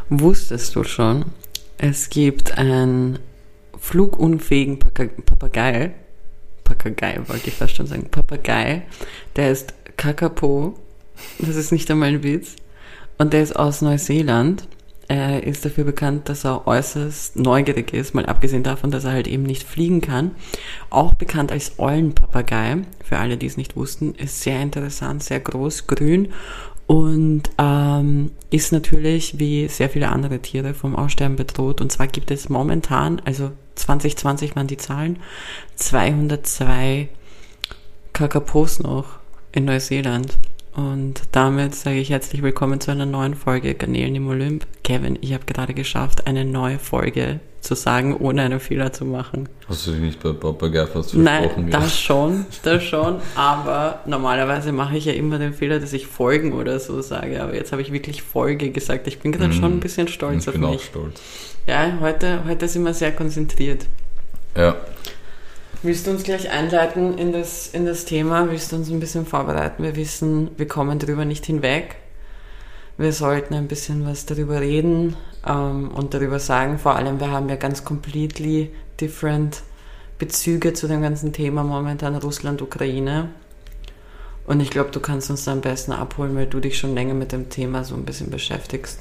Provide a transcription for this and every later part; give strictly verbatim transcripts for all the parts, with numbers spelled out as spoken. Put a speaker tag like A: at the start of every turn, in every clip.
A: Wusstest du schon, es gibt einen flugunfähigen Papagei, Papagei wollte ich fast schon sagen, Papagei, der ist Kakapo, das ist nicht einmal ein Witz, und der ist aus Neuseeland. Er ist dafür bekannt, dass er äußerst neugierig ist, mal abgesehen davon, dass er halt eben nicht fliegen kann. Auch bekannt als Eulenpapagei, für alle, die es nicht wussten, ist sehr interessant, sehr groß, grün und ähm, ist natürlich wie sehr viele andere Tiere vom Aussterben bedroht. Und zwar gibt es momentan, also zwanzig zwanzig waren die Zahlen, zweihundertzwei Kakapos noch in Neuseeland. Und damit sage ich herzlich willkommen zu einer neuen Folge Garnelen im Olymp. Kevin, ich habe gerade geschafft, eine neue Folge zu sagen, ohne einen Fehler zu machen.
B: Hast du dich nicht bei Papagei fast versprochen?
A: Nein, das schon, das schon, aber normalerweise mache ich ja immer den Fehler, dass ich Folgen oder so sage, aber jetzt habe ich wirklich Folge gesagt. Ich bin gerade mm, schon ein bisschen stolz auf mich. Ich bin auch stolz. Ja, heute, heute sind wir sehr konzentriert.
B: Ja.
A: Willst du uns gleich einleiten in das, in das Thema? Willst du uns ein bisschen vorbereiten? Wir wissen, wir kommen darüber nicht hinweg. Wir sollten ein bisschen was darüber reden ähm, und darüber sagen. Vor allem, wir haben ja ganz completely different Bezüge zu dem ganzen Thema momentan Russland, Ukraine. Und ich glaube, du kannst uns da am besten abholen, weil du dich schon länger mit dem Thema so ein bisschen beschäftigst.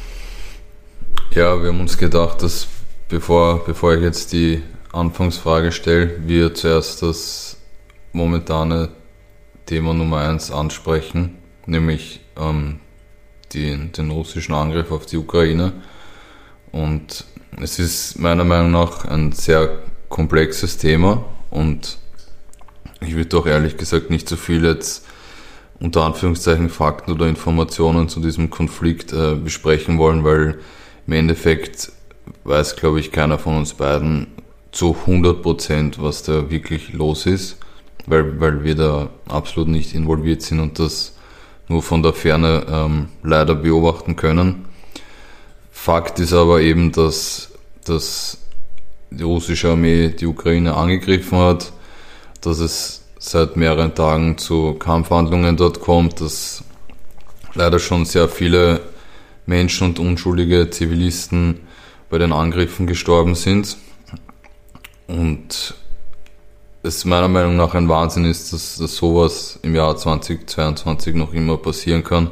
B: Ja, wir haben uns gedacht, dass bevor, bevor ich jetzt die Anfangsfrage stelle, wir zuerst das momentane Thema Nummer eins ansprechen, nämlich ähm, die, den russischen Angriff auf die Ukraine. Und es ist meiner Meinung nach ein sehr komplexes Thema und ich würde auch ehrlich gesagt nicht so viel jetzt unter Anführungszeichen Fakten oder Informationen zu diesem Konflikt äh, besprechen wollen, weil im Endeffekt weiß, glaube ich, keiner von uns beiden zu hundert Prozent, was da wirklich los ist, weil, weil wir da absolut nicht involviert sind und das nur von der Ferne ähm, leider beobachten können. Fakt ist aber eben, dass, dass die russische Armee die Ukraine angegriffen hat, dass es seit mehreren Tagen zu Kampfhandlungen dort kommt, dass leider schon sehr viele Menschen und unschuldige Zivilisten bei den Angriffen gestorben sind. Und es meiner Meinung nach ein Wahnsinn ist, dass, dass sowas im Jahr zweitausendzweiundzwanzig noch immer passieren kann.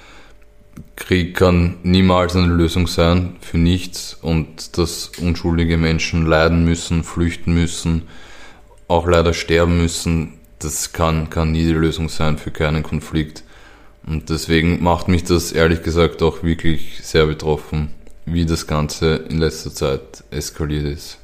B: Krieg kann niemals eine Lösung sein für nichts und dass unschuldige Menschen leiden müssen, flüchten müssen, auch leider sterben müssen, das kann, kann nie die Lösung sein für keinen Konflikt. Und deswegen macht mich das ehrlich gesagt auch wirklich sehr betroffen, wie das Ganze in letzter Zeit eskaliert ist.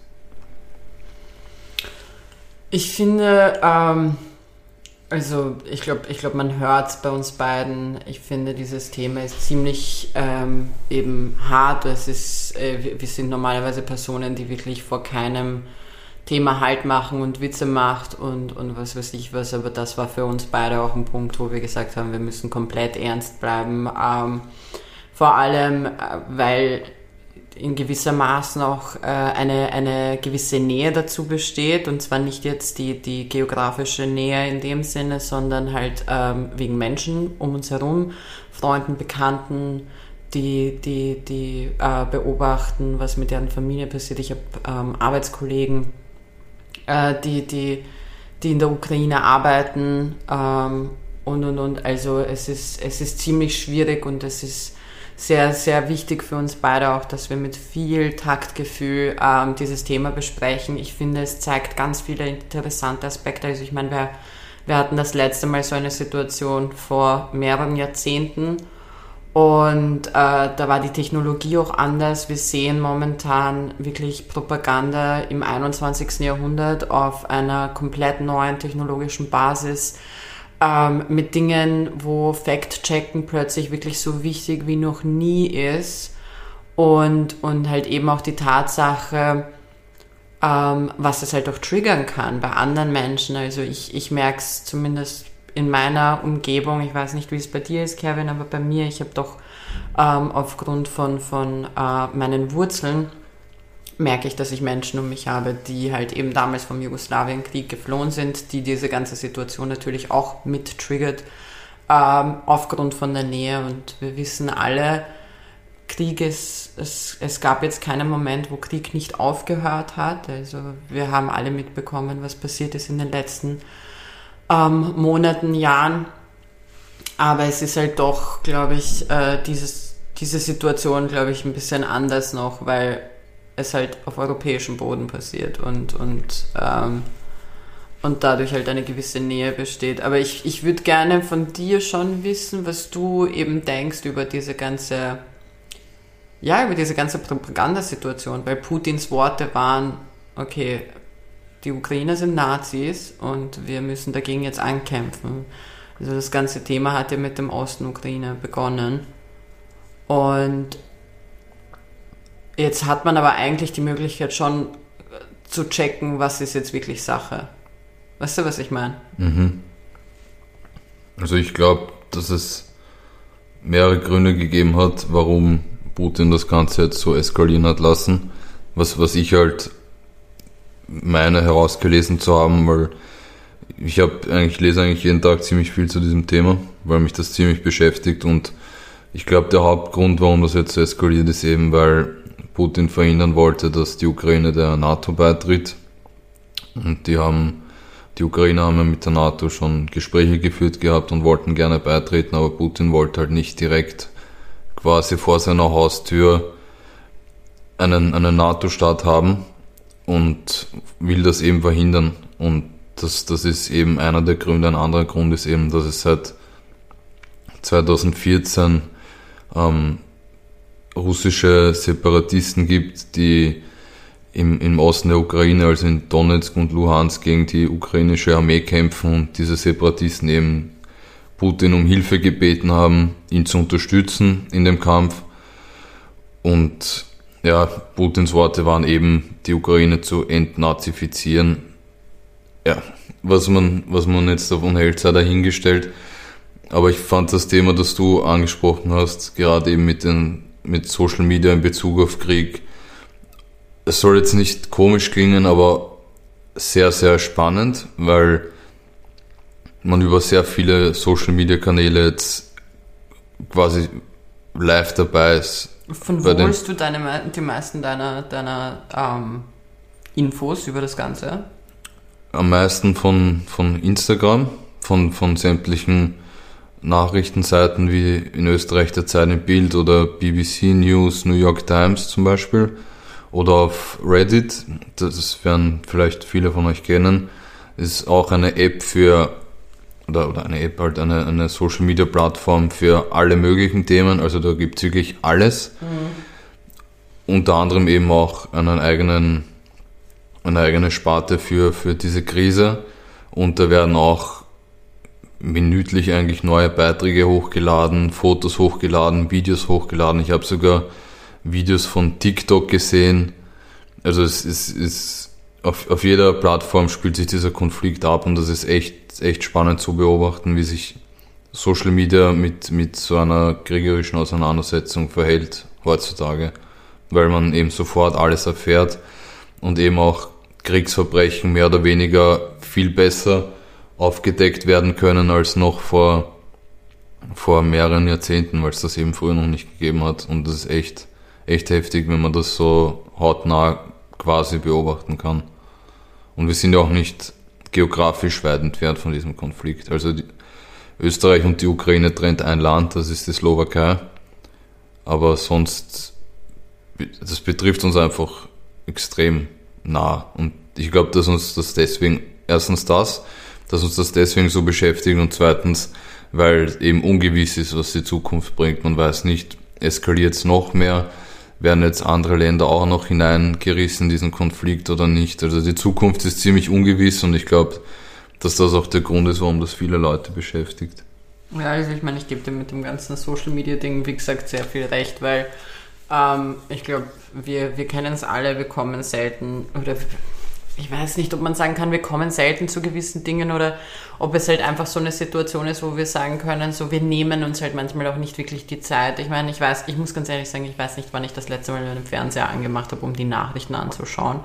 A: Ich finde, ähm, also ich glaube, ich glaub, man hört es bei uns beiden. Ich finde, dieses Thema ist ziemlich ähm, eben hart. Es ist, äh, wir, wir sind normalerweise Personen, die wirklich vor keinem Thema Halt machen und Witze macht und, und was weiß ich was. Aber das war für uns beide auch ein Punkt, wo wir gesagt haben, wir müssen komplett ernst bleiben. Ähm, vor allem, äh, weil in gewisser Maßen auch äh, eine, eine gewisse Nähe dazu besteht, und zwar nicht jetzt die, die geografische Nähe in dem Sinne, sondern halt ähm, wegen Menschen um uns herum, Freunden, Bekannten, die, die, die äh, beobachten, was mit deren Familie passiert. Ich habe ähm, Arbeitskollegen, äh, die, die, die in der Ukraine arbeiten ähm, und, und, und. Also es ist, es ist ziemlich schwierig und es ist sehr, sehr wichtig für uns beide auch, dass wir mit viel Taktgefühl ähm, dieses Thema besprechen. Ich finde, es zeigt ganz viele interessante Aspekte. Also ich meine, wir, wir hatten das letzte Mal so eine Situation vor mehreren Jahrzehnten und äh, da war die Technologie auch anders. Wir sehen momentan wirklich Propaganda im einundzwanzigsten Jahrhundert auf einer komplett neuen technologischen Basis, Ähm, mit Dingen, wo Fact-Checken plötzlich wirklich so wichtig wie noch nie ist und, und halt eben auch die Tatsache, ähm, was es halt auch triggern kann bei anderen Menschen. Also ich, ich merke es zumindest in meiner Umgebung, ich weiß nicht, wie es bei dir ist, Kevin, aber bei mir, ich habe doch ähm, aufgrund von, von äh, meinen Wurzeln merke ich, dass ich Menschen um mich habe, die halt eben damals vom Jugoslawienkrieg geflohen sind, die diese ganze Situation natürlich auch mit triggert, ähm, aufgrund von der Nähe. Und wir wissen alle, Krieg ist, es, es gab jetzt keinen Moment, wo Krieg nicht aufgehört hat. Also wir haben alle mitbekommen, was passiert ist in den letzten ähm, Monaten, Jahren. Aber es ist halt doch, glaube ich, äh, dieses, diese Situation, glaube ich, ein bisschen anders noch, weil es halt auf europäischem Boden passiert und, und, ähm, und dadurch halt eine gewisse Nähe besteht. Aber ich, ich würde gerne von dir schon wissen, was du eben denkst über diese ganze, ja, über diese ganze Propagandasituation, weil Putins Worte waren, okay, die Ukrainer sind Nazis und wir müssen dagegen jetzt ankämpfen. Also das ganze Thema hat ja mit dem Osten Ukraine begonnen. Und jetzt hat man aber eigentlich die Möglichkeit schon zu checken, was ist jetzt wirklich Sache. Weißt du, was ich meine?
B: Mhm. Also ich glaube, dass es mehrere Gründe gegeben hat, warum Putin das Ganze jetzt so eskalieren hat lassen. Was, was ich halt meine herausgelesen zu haben, weil ich habe eigentlich lese eigentlich jeden Tag ziemlich viel zu diesem Thema, weil mich das ziemlich beschäftigt und ich glaube, der Hauptgrund, warum das jetzt so eskaliert, ist eben, weil Putin verhindern wollte, dass die Ukraine der NATO beitritt. Und die haben, die Ukrainer haben ja mit der NATO schon Gespräche geführt gehabt und wollten gerne beitreten, aber Putin wollte halt nicht direkt quasi vor seiner Haustür einen, einen NATO-Staat haben und will das eben verhindern. Und das, das ist eben einer der Gründe. Ein anderer Grund ist eben, dass es seit zwanzig vierzehn ähm, russische Separatisten gibt, die im, im Osten der Ukraine, also in Donetsk und Luhansk, gegen die ukrainische Armee kämpfen und diese Separatisten eben Putin um Hilfe gebeten haben, ihn zu unterstützen in dem Kampf. Und ja, Putins Worte waren eben, die Ukraine zu entnazifizieren. Ja, was man, was man jetzt davon hält, sei dahingestellt. Aber ich fand das Thema, das du angesprochen hast, gerade eben mit den, mit Social Media in Bezug auf Krieg, es soll jetzt nicht komisch klingen, aber sehr, sehr spannend, weil man über sehr viele Social Media Kanäle jetzt quasi live dabei ist.
A: Von wo holst du deine, die meisten deiner, deiner ähm, Infos über das Ganze?
B: Am meisten von, von Instagram, von, von sämtlichen Nachrichtenseiten wie in Österreich der Zeit im Bild oder B B C News, New York Times zum Beispiel, oder auf Reddit, das werden vielleicht viele von euch kennen, ist auch eine App für, oder, oder eine App, halt eine, eine Social Media Plattform für alle möglichen Themen, also da gibt es wirklich alles. Mhm. Unter anderem eben auch einen eigenen, eine eigene Sparte für, für diese Krise, und da werden auch minütlich eigentlich neue Beiträge hochgeladen, Fotos hochgeladen, Videos hochgeladen. Ich habe sogar Videos von TikTok gesehen. Also es ist, ist auf, auf jeder Plattform spielt sich dieser Konflikt ab, und das ist echt, echt spannend zu beobachten, wie sich Social Media mit, mit so einer kriegerischen Auseinandersetzung verhält heutzutage, weil man eben sofort alles erfährt und eben auch Kriegsverbrechen mehr oder weniger viel besser aufgedeckt werden können als noch vor, vor mehreren Jahrzehnten, weil es das eben früher noch nicht gegeben hat. Und das ist echt, echt heftig, wenn man das so hautnah quasi beobachten kann. Und wir sind ja auch nicht geografisch weit entfernt von diesem Konflikt. Also die, Österreich und die Ukraine trennt ein Land, das ist die Slowakei. Aber sonst, das betrifft uns einfach extrem nah. Und ich glaube, dass uns das deswegen, erstens das, dass uns das deswegen so beschäftigt, und zweitens, weil eben ungewiss ist, was die Zukunft bringt. Man weiß nicht, eskaliert es noch mehr, werden jetzt andere Länder auch noch hineingerissen in diesen Konflikt oder nicht. Also die Zukunft ist ziemlich ungewiss, und ich glaube, dass das auch der Grund ist, warum das viele Leute beschäftigt.
A: Ja, also ich meine, ich gebe dir mit dem ganzen Social Media Ding, wie gesagt, sehr viel recht, weil ähm, ich glaube, wir, wir kennen es alle, wir kommen selten, oder ich weiß nicht, ob man sagen kann, wir kommen selten zu gewissen Dingen, oder ob es halt einfach so eine Situation ist, wo wir sagen können, so, wir nehmen uns halt manchmal auch nicht wirklich die Zeit. Ich meine, ich weiß, ich muss ganz ehrlich sagen, ich weiß nicht, wann ich das letzte Mal den Fernseher angemacht habe, um die Nachrichten anzuschauen.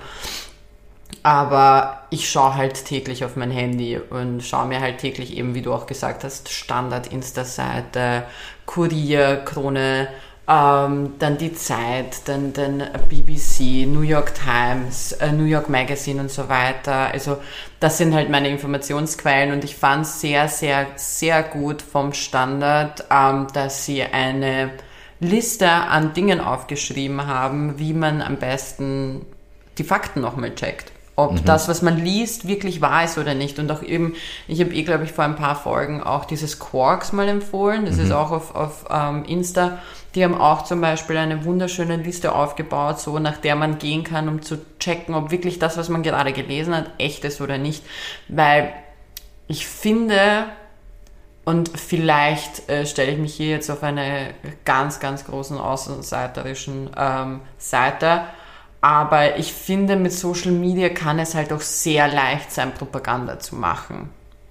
A: Aber ich schaue halt täglich auf mein Handy und schaue mir halt täglich eben, wie du auch gesagt hast, Standard-Insta-Seite, Kurier, Krone, ähm, dann die Zeit, dann, dann B B C, New York Times, äh, New York Magazine und so weiter. Also das sind halt meine Informationsquellen und ich fand es sehr, sehr, sehr gut vom Standard, ähm, dass sie eine Liste an Dingen aufgeschrieben haben, wie man am besten die Fakten nochmal checkt. Ob mhm. das, was man liest, wirklich wahr ist oder nicht. Und auch eben, ich habe eh, glaube ich, vor ein paar Folgen auch dieses Quarks mal empfohlen. Das mhm. ist auch auf, auf ähm, Insta. Die haben auch zum Beispiel eine wunderschöne Liste aufgebaut, so nach der man gehen kann, um zu checken, ob wirklich das, was man gerade gelesen hat, echt ist oder nicht. Weil ich finde, und vielleicht äh, stelle ich mich hier jetzt auf eine ganz, ganz großen außenseiterischen ähm, Seite, aber ich finde, mit Social Media kann es halt auch sehr leicht sein, Propaganda zu machen.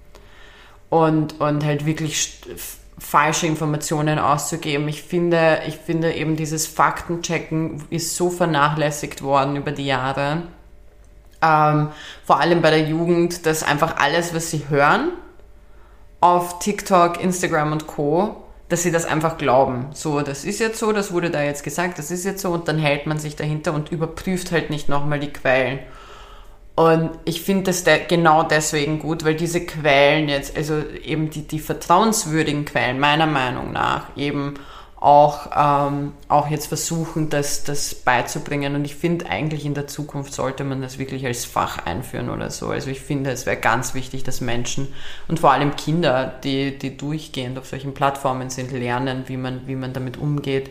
A: Und, und halt wirklich st- falsche Informationen auszugeben. Ich finde, ich finde eben dieses Faktenchecken ist so vernachlässigt worden über die Jahre. Ähm, vor allem bei der Jugend, dass einfach alles, was sie hören, auf TikTok, Instagram und Co., dass sie das einfach glauben. So, das ist jetzt so, das wurde da jetzt gesagt, das ist jetzt so und dann hält man sich dahinter und überprüft halt nicht nochmal die Quellen. Und ich finde das de- genau deswegen gut, weil diese Quellen jetzt, also eben die, die vertrauenswürdigen Quellen meiner Meinung nach eben auch, ähm, auch jetzt versuchen, das, das beizubringen. Und ich finde eigentlich in der Zukunft sollte man das wirklich als Fach einführen oder so. Also ich finde, es wäre ganz wichtig, dass Menschen und vor allem Kinder, die, die durchgehend auf solchen Plattformen sind, lernen, wie man, wie man damit umgeht.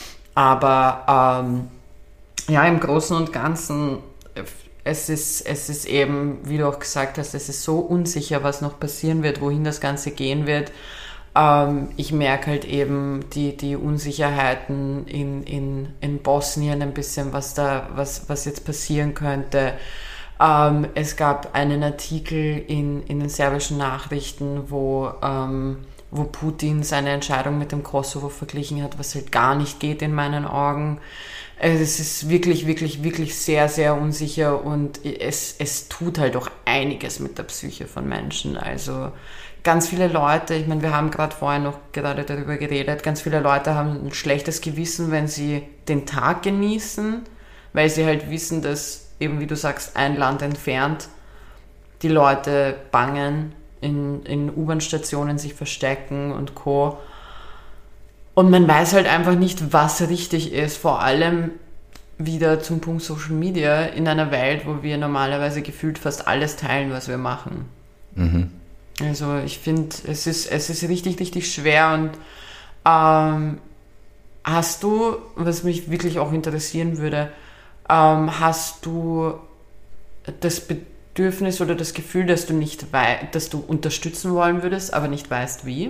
A: Aber ähm, ja, im Großen und Ganzen, es ist, es ist eben, wie du auch gesagt hast, es ist so unsicher, was noch passieren wird, wohin das Ganze gehen wird. Ähm, ich merke halt eben die, die Unsicherheiten in, in, in Bosnien ein bisschen, was da, was, was jetzt passieren könnte. Ähm, es gab einen Artikel in, in den serbischen Nachrichten, wo, ähm, wo Putin seine Entscheidung mit dem Kosovo verglichen hat, was halt gar nicht geht in meinen Augen. Also es ist wirklich, wirklich, wirklich sehr, sehr unsicher und es, es tut halt auch einiges mit der Psyche von Menschen. Also ganz viele Leute, ich meine, wir haben gerade vorher noch gerade darüber geredet, ganz viele Leute haben ein schlechtes Gewissen, wenn sie den Tag genießen, weil sie halt wissen, dass eben, wie du sagst, ein Land entfernt die Leute bangen, in, in U-Bahn-Stationen sich verstecken und Co. Und man weiß halt einfach nicht, was richtig ist, vor allem wieder zum Punkt Social Media in einer Welt, wo wir normalerweise gefühlt fast alles teilen, was wir machen.
B: Mhm.
A: Also ich finde, es ist, es ist richtig, richtig schwer und ähm, hast du, was mich wirklich auch interessieren würde, ähm, hast du das Bedürfnis oder das Gefühl, dass du nicht wei- dass du unterstützen wollen würdest, aber nicht weißt wie?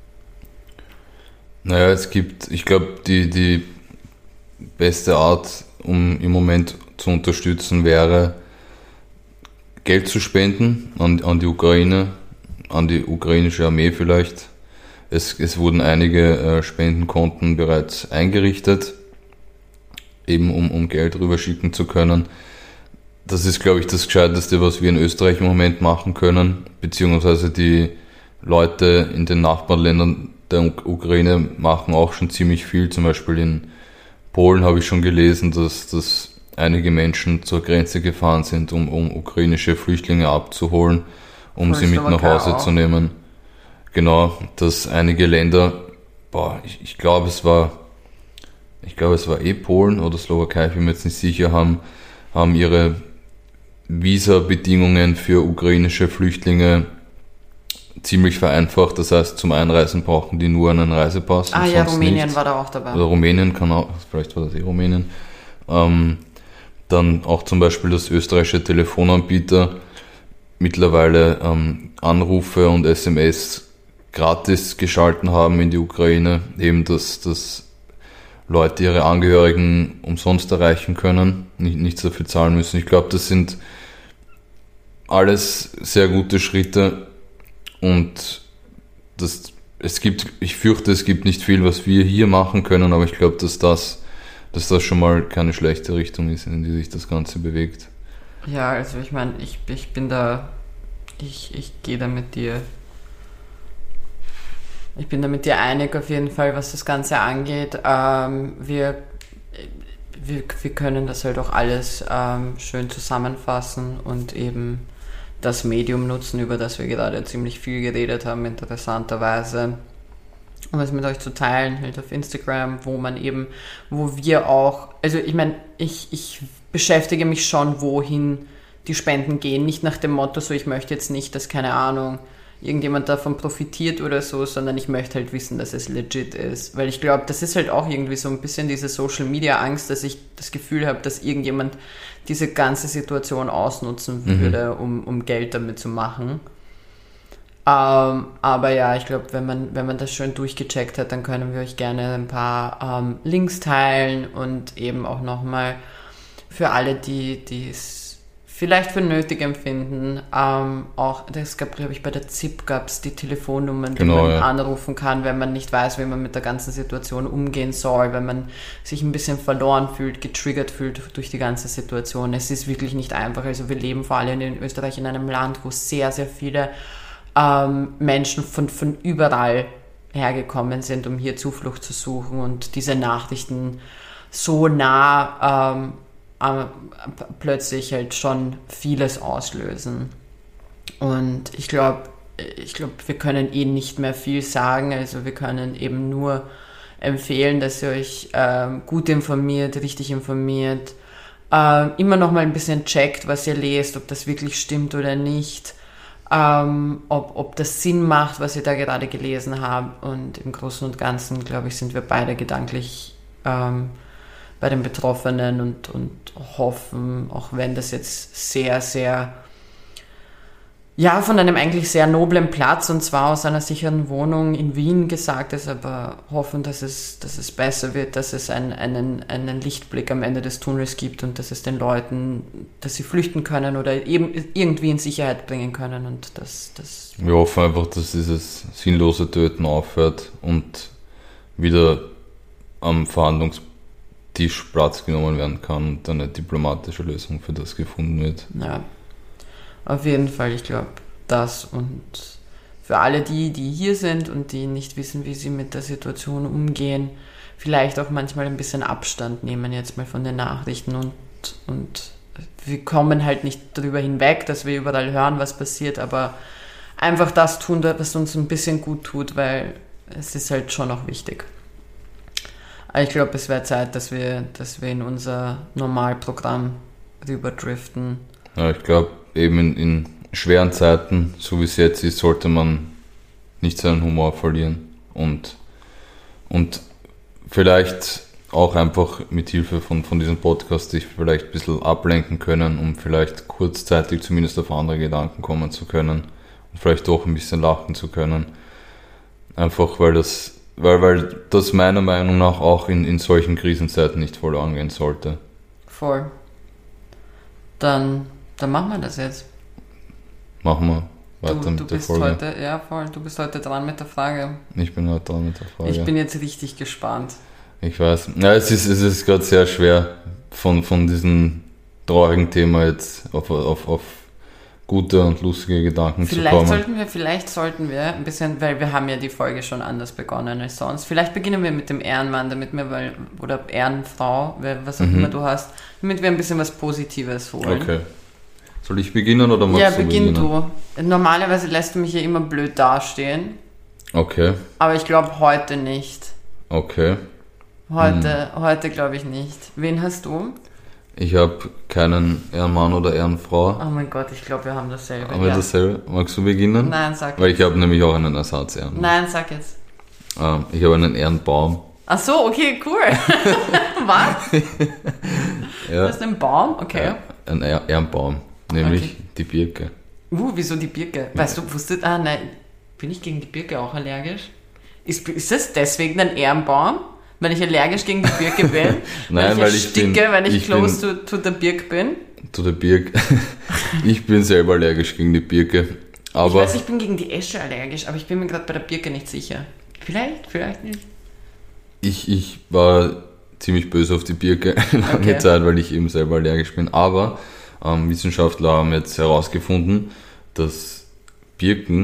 B: Naja, es gibt, ich glaube, die, die beste Art, um im Moment zu unterstützen, wäre, Geld zu spenden an, an die Ukraine, an die ukrainische Armee vielleicht. Es, es wurden einige äh, Spendenkonten bereits eingerichtet, eben um, um Geld rüberschicken zu können. Das ist, glaube ich, das Gescheiteste, was wir in Österreich im Moment machen können, beziehungsweise die Leute in den Nachbarländern der Ukraine machen auch schon ziemlich viel. Zum Beispiel in Polen habe ich schon gelesen, dass, dass einige Menschen zur Grenze gefahren sind, um, um ukrainische Flüchtlinge abzuholen, um sie mit nach Hause auch zu nehmen. Genau, dass einige Länder, boah, ich, ich glaube es war, ich glaube es war eh Polen oder Slowakei, ich bin mir jetzt nicht sicher, haben, haben ihre Visa-Bedingungen für ukrainische Flüchtlinge ziemlich vereinfacht. Das heißt, zum Einreisen brauchen die nur einen Reisepass.
A: Ah ja, Rumänien nichts. War da auch dabei.
B: Oder Rumänien kann auch, vielleicht war das eh Rumänien. Ähm, dann auch zum Beispiel das österreichische Telefonanbieter mittlerweile ähm, Anrufe und S M S gratis geschalten haben in die Ukraine, eben dass, dass Leute ihre Angehörigen umsonst erreichen können, nicht, nicht so viel zahlen müssen. Ich glaube, das sind alles sehr gute Schritte und das, es gibt, ich fürchte, es gibt nicht viel, was wir hier machen können, aber ich glaube, dass das, dass das schon mal keine schlechte Richtung ist, in die sich das Ganze bewegt.
A: Ja, also ich meine, ich, ich bin da, ich, ich gehe da mit dir Ich bin da mit dir einig auf jeden Fall, was das Ganze angeht. Ähm, wir, wir, wir können das halt auch alles ähm, schön zusammenfassen und eben das Medium nutzen, über das wir gerade ziemlich viel geredet haben, interessanterweise. Um es mit euch zu teilen, halt auf Instagram, wo man eben, wo wir auch, also ich meine, ich, ich beschäftige mich schon, wohin die Spenden gehen. Nicht nach dem Motto, so ich möchte jetzt nicht, dass, keine Ahnung, irgendjemand davon profitiert oder so, sondern ich möchte halt wissen, dass es legit ist. Weil ich glaube, das ist halt auch irgendwie so ein bisschen diese Social-Media-Angst, dass ich das Gefühl habe, dass irgendjemand diese ganze Situation ausnutzen würde, mhm. um, um Geld damit zu machen. Ähm, aber ja, ich glaube, wenn man, wenn man das schön durchgecheckt hat, dann können wir euch gerne ein paar ähm, Links teilen und eben auch nochmal für alle, die es vielleicht für nötig empfinden, ähm, auch, das gab, glaube ich, bei der Z I P gab es die Telefonnummern, die genau, man ja. anrufen kann, wenn man nicht weiß, wie man mit der ganzen Situation umgehen soll, wenn man sich ein bisschen verloren fühlt, getriggert fühlt durch die ganze Situation. Es ist wirklich nicht einfach. Also wir leben vor allem in Österreich in einem Land, wo sehr, sehr viele ähm, Menschen von, von überall hergekommen sind, um hier Zuflucht zu suchen und diese Nachrichten so nah ähm, aber plötzlich halt schon vieles auslösen. Und ich glaube, ich glaube, wir können eh nicht mehr viel sagen. Also wir können eben nur empfehlen, dass ihr euch ähm, gut informiert, richtig informiert, ähm, immer noch mal ein bisschen checkt, was ihr lest, ob das wirklich stimmt oder nicht, ähm, ob, ob das Sinn macht, was ihr da gerade gelesen habt. Und im Großen und Ganzen, glaube ich, sind wir beide gedanklich ähm, bei den Betroffenen und, und hoffen, auch wenn das jetzt sehr, sehr, ja, von einem eigentlich sehr noblen Platz und zwar aus einer sicheren Wohnung in Wien gesagt ist, aber hoffen, dass es, dass es besser wird, dass es einen, einen, einen Lichtblick am Ende des Tunnels gibt und dass es den Leuten, dass sie flüchten können oder eben irgendwie in Sicherheit bringen können und dass das.
B: Wir hoffen einfach, dass dieses sinnlose Töten aufhört und wieder am Verhandlungspunkt Tisch Platz genommen werden kann und eine diplomatische Lösung für das gefunden wird.
A: Ja, auf jeden Fall, ich glaube, das und für alle die, die hier sind und die nicht wissen, wie sie mit der Situation umgehen, vielleicht auch manchmal ein bisschen Abstand nehmen jetzt mal von den Nachrichten und, und wir kommen halt nicht darüber hinweg, dass wir überall hören, was passiert, aber einfach das tun, was uns ein bisschen gut tut, weil es ist halt schon auch wichtig. Ich glaube, es wäre Zeit, dass wir, dass wir in unser Normalprogramm rüberdriften.
B: Ja, ich glaube, eben in, in schweren Zeiten, so wie es jetzt ist, sollte man nicht seinen Humor verlieren und, und vielleicht auch einfach mit Hilfe von, von diesem Podcast sich vielleicht ein bisschen ablenken können, um vielleicht kurzzeitig zumindest auf andere Gedanken kommen zu können und vielleicht doch ein bisschen lachen zu können. Einfach, weil das Weil, weil das meiner Meinung nach auch in, in solchen Krisenzeiten nicht verloren gehen sollte.
A: Voll. Dann, dann machen wir das jetzt.
B: Machen wir weiter
A: du,
B: mit
A: du
B: der
A: bist
B: Folge.
A: Heute, ja, voll. Du bist heute dran mit der Frage.
B: Ich bin heute dran mit der Frage.
A: Ich bin jetzt richtig gespannt.
B: Ich weiß. Ja, es ist, es ist gerade sehr schwer, von, von diesem traurigen Thema jetzt auf, auf, auf gute und lustige Gedanken
A: vielleicht
B: zu kommen.
A: Sollten wir, vielleicht sollten wir ein bisschen, weil wir haben ja die Folge schon anders begonnen als sonst. Vielleicht beginnen wir mit dem Ehrenmann, damit wir, weil, oder Ehrenfrau, was auch mhm. immer du hast, damit wir ein bisschen was Positives holen.
B: Okay. Soll ich beginnen oder magst
A: ja,
B: du
A: beginn
B: beginnen?
A: du. Normalerweise lässt du mich ja immer blöd dastehen.
B: Okay.
A: Aber ich glaube heute nicht.
B: Okay.
A: Heute, hm. heute glaube ich nicht. Wen hast du?
B: Ich habe keinen Ehrenmann oder Ehrenfrau.
A: Oh mein Gott, ich glaube, wir haben dasselbe.
B: Haben wir
A: ja.
B: dasselbe? Magst du beginnen?
A: Nein, sag jetzt.
B: Weil ich habe nämlich auch einen Ersatz-Ehrenmann.
A: Nein, sag jetzt.
B: Ähm, ich habe einen Ehrenbaum.
A: Ach so, okay, cool. Was?
B: Ja.
A: Du hast einen Baum? Okay.
B: Ja, ein Ehrenbaum, nämlich okay. Die Birke.
A: Uh, wieso die Birke? Weißt ja. du, wusstet, ah nein, bin ich gegen die Birke auch allergisch? Ist, ist das deswegen ein Ehrenbaum? Weil ich allergisch gegen die Birke bin?
B: Nein,
A: weil ich
B: weil ich
A: ersticke,
B: bin,
A: wenn ich, ich close
B: bin,
A: to, to der Birk bin?
B: To der Birk. Ich bin selber allergisch gegen die Birke. Aber
A: ich weiß, ich bin gegen die Esche allergisch, aber ich bin mir gerade bei der Birke nicht sicher. Vielleicht, vielleicht nicht.
B: Ich, ich war ziemlich böse auf die Birke lange okay. Zeit, weil ich eben selber allergisch bin. Aber ähm, Wissenschaftler haben jetzt herausgefunden, dass Birken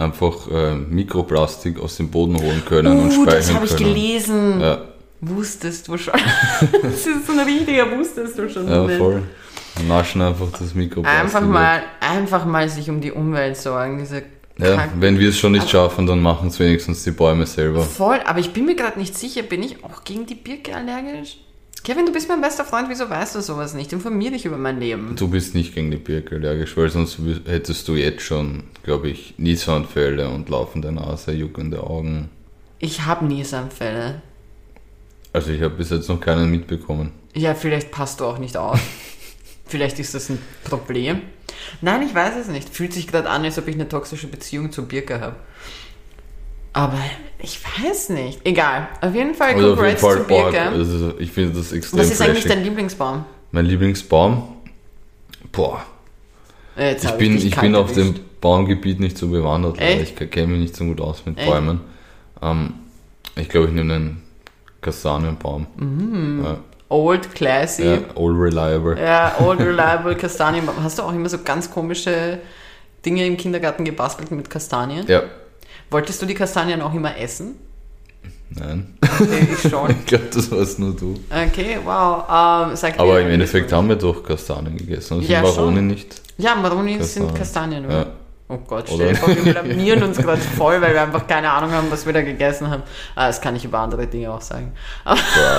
B: einfach äh, Mikroplastik aus dem Boden holen können
A: uh,
B: und speichern können.
A: Das habe ich gelesen.
B: Ja.
A: Wusstest du schon. Das ist so ein richtiger Wusstest du schon.
B: Ja, voll. Naschen einfach das Mikroplastik.
A: Einfach mal, einfach mal sich um die Umwelt sorgen. Diese
B: ja, wenn wir es schon nicht schaffen, dann machen es wenigstens die Bäume selber.
A: Voll, aber ich bin mir gerade nicht sicher, bin ich auch gegen die Birke allergisch? Kevin, du bist mein bester Freund, wieso weißt du sowas nicht? Informier dich über mein Leben.
B: Du bist nicht gegen die Birke allergisch, weil sonst hättest du jetzt schon, glaube ich, Niesanfälle und laufende Nase, juckende Augen.
A: Ich habe Niesanfälle.
B: Also ich habe bis jetzt noch keinen mitbekommen.
A: Ja, vielleicht passt du auch nicht auf. Vielleicht ist das ein Problem. Nein, ich weiß es nicht. Fühlt sich gerade an, als ob ich eine toxische Beziehung zur Birke habe. Aber ich weiß nicht. Egal. Auf jeden Fall
B: also
A: Congrats zur Birke.
B: Also ich finde das extrem
A: Was ist
B: flashig.
A: eigentlich dein Lieblingsbaum?
B: Mein Lieblingsbaum? Boah.
A: Jetzt
B: ich
A: ich
B: bin,
A: dich
B: ich bin auf dem Baumgebiet nicht so bewandert.
A: Echt?
B: Ich kenne mich nicht so gut aus mit
A: Echt?
B: Bäumen. Ähm, ich glaube, ich nehme einen Kastanienbaum.
A: Mhm.
B: Ja.
A: Old Classy.
B: Ja, old reliable.
A: Ja, Old Reliable Kastanienbaum. Hast du auch immer so ganz komische Dinge im Kindergarten gebastelt mit Kastanien?
B: Ja.
A: Wolltest du die Kastanien auch immer essen?
B: Nein.
A: Okay, ich schon.
B: Ich glaube, das warst nur du.
A: Okay, wow. Ähm, sag
B: Aber
A: mir,
B: im Endeffekt haben wir doch Kastanien gegessen. Also
A: Ja,
B: Maroni
A: schon.
B: nicht.
A: Ja, Maroni
B: Kastanien.
A: sind Kastanien, oder?
B: Ja.
A: Oh Gott,
B: Oder?
A: stell dir vor, wir blamieren uns gerade voll, weil wir einfach keine Ahnung haben, was wir da gegessen haben. Ah, das kann ich über andere Dinge auch sagen. Aber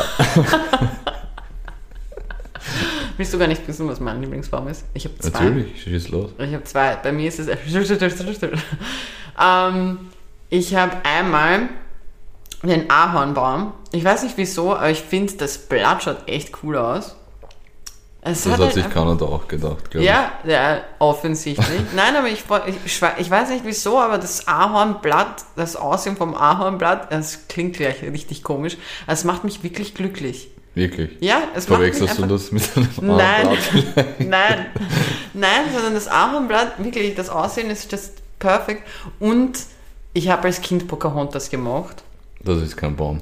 A: willst du gar nicht wissen, was mein Lieblingsbaum ist? Ich habe zwei.
B: Natürlich, schieß los.
A: Ich habe zwei. Bei mir ist es... ähm, ich habe einmal den Ahornbaum. Ich weiß nicht wieso, aber ich finde, das Blatt schaut echt cool aus. Es
B: Das hat,
A: halt
B: sich
A: einfach-
B: Kanada auch gedacht, glaube
A: ja, ja, offensichtlich. Nein, aber ich, ich, ich weiß nicht wieso, aber das Ahornblatt, das Aussehen vom Ahornblatt, das klingt gleich richtig komisch, es macht mich wirklich glücklich.
B: ich. Wirklich.
A: Ja, es macht mich
B: Verwechselst du
A: einfach...
B: das mit einem
A: Nein,
B: Ahornblatt?
A: nein, nein, sondern das Ahornblatt, wirklich, das Aussehen ist just perfekt. Und ich habe als Kind Pocahontas gemacht.
B: Das ist kein Baum.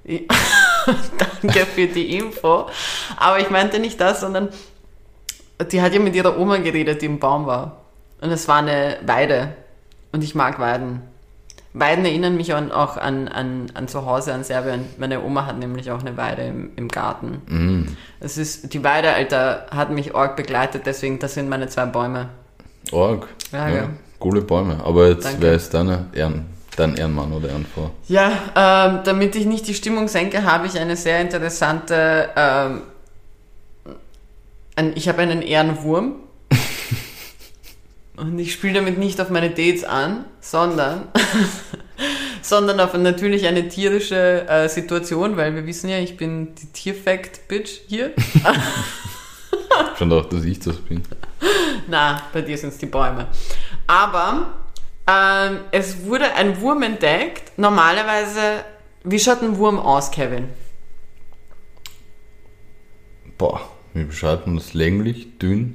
A: Danke für die Info. Aber ich meinte nicht das, sondern die hat ja mit ihrer Oma geredet, die im Baum war. Und es war eine Weide. Und ich mag Weiden. Weiden erinnern mich an, auch an, an, an zu Hause, an Serbien. Meine Oma hat nämlich auch eine Weide im, im Garten.
B: Mm.
A: Es ist, die Weide, Alter, hat mich arg begleitet, deswegen, das sind meine zwei Bäume.
B: Org.
A: Ja,
B: Ja,
A: ja.
B: coole Bäume. Aber jetzt,
A: Danke.
B: wer ist deine Ehren, dein Ehrenmann oder Ehrenfrau?
A: Ja, ähm, damit ich nicht die Stimmung senke, habe ich eine sehr interessante, ähm, ein, ich habe einen Ehrenwurm und ich spiele damit nicht auf meine Dates an, sondern, sondern auf natürlich eine tierische äh, Situation, weil wir wissen ja, ich bin die Tierfact-Bitch hier.
B: Schon gedacht, dass ich das bin.
A: Na, bei dir sind es die Bäume. Aber ähm, es wurde ein Wurm entdeckt. Normalerweise, wie schaut ein Wurm aus, Kevin?
B: Boah, wie beschreibt man das? Länglich, dünn?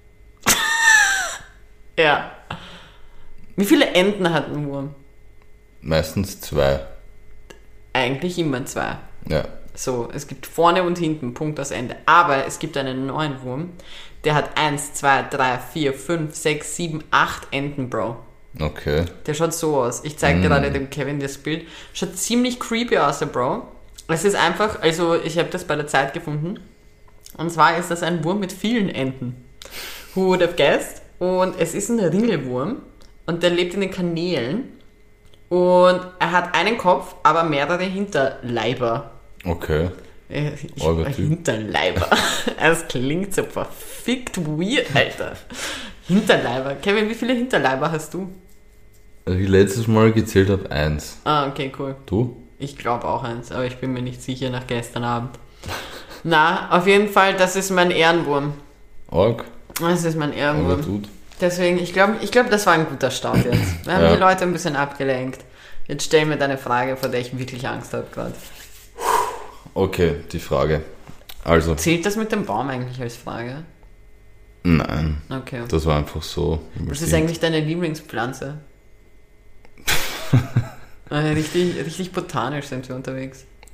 A: Ja. Wie viele Enden hat ein Wurm?
B: Meistens zwei.
A: Eigentlich immer zwei.
B: Ja.
A: So, es gibt vorne und hinten, Punkt aus Ende. Aber es gibt einen neuen Wurm, der hat eins, zwei, drei, vier, fünf, sechs, sieben, acht Enden, Bro.
B: Okay.
A: Der schaut so aus. Ich zeige
B: Mm.
A: gerade dem Kevin das Bild. Schaut ziemlich creepy aus, der Bro. Es ist einfach, also ich habe das bei der Zeit gefunden. Und zwar ist das ein Wurm mit vielen Enden. Who would have guessed? Und es ist ein Ringelwurm. Und der lebt in den Kanälen. Und er hat einen Kopf, aber mehrere Hinterleiber.
B: Okay.
A: Äh, Ich,
B: Arger Typ.
A: Hinterleiber. Es klingt so verfickt weird, Alter. Hinterleiber. Kevin, wie viele Hinterleiber hast du?
B: Also ich letztes Mal gezählt habe, eins.
A: Ah, okay, cool.
B: Du?
A: Ich glaube auch eins, aber ich bin mir nicht sicher nach gestern Abend. Na, auf jeden Fall, das ist mein Ehrenwurm.
B: Org?
A: Das ist mein
B: Aber
A: Ehrenwurm.
B: tut.
A: Deswegen, ich glaube, ich glaub, das war ein guter Start jetzt. Wir haben
B: Ja.
A: die Leute ein bisschen abgelenkt. Jetzt stell mir deine Frage, vor der ich wirklich Angst habe gerade.
B: Okay, die Frage. Also,
A: Zählt das mit dem Baum eigentlich als Frage?
B: nein.
A: Okay.
B: Das war einfach so.
A: Was ist eigentlich deine Lieblingspflanze? äh, richtig, richtig botanisch sind wir unterwegs.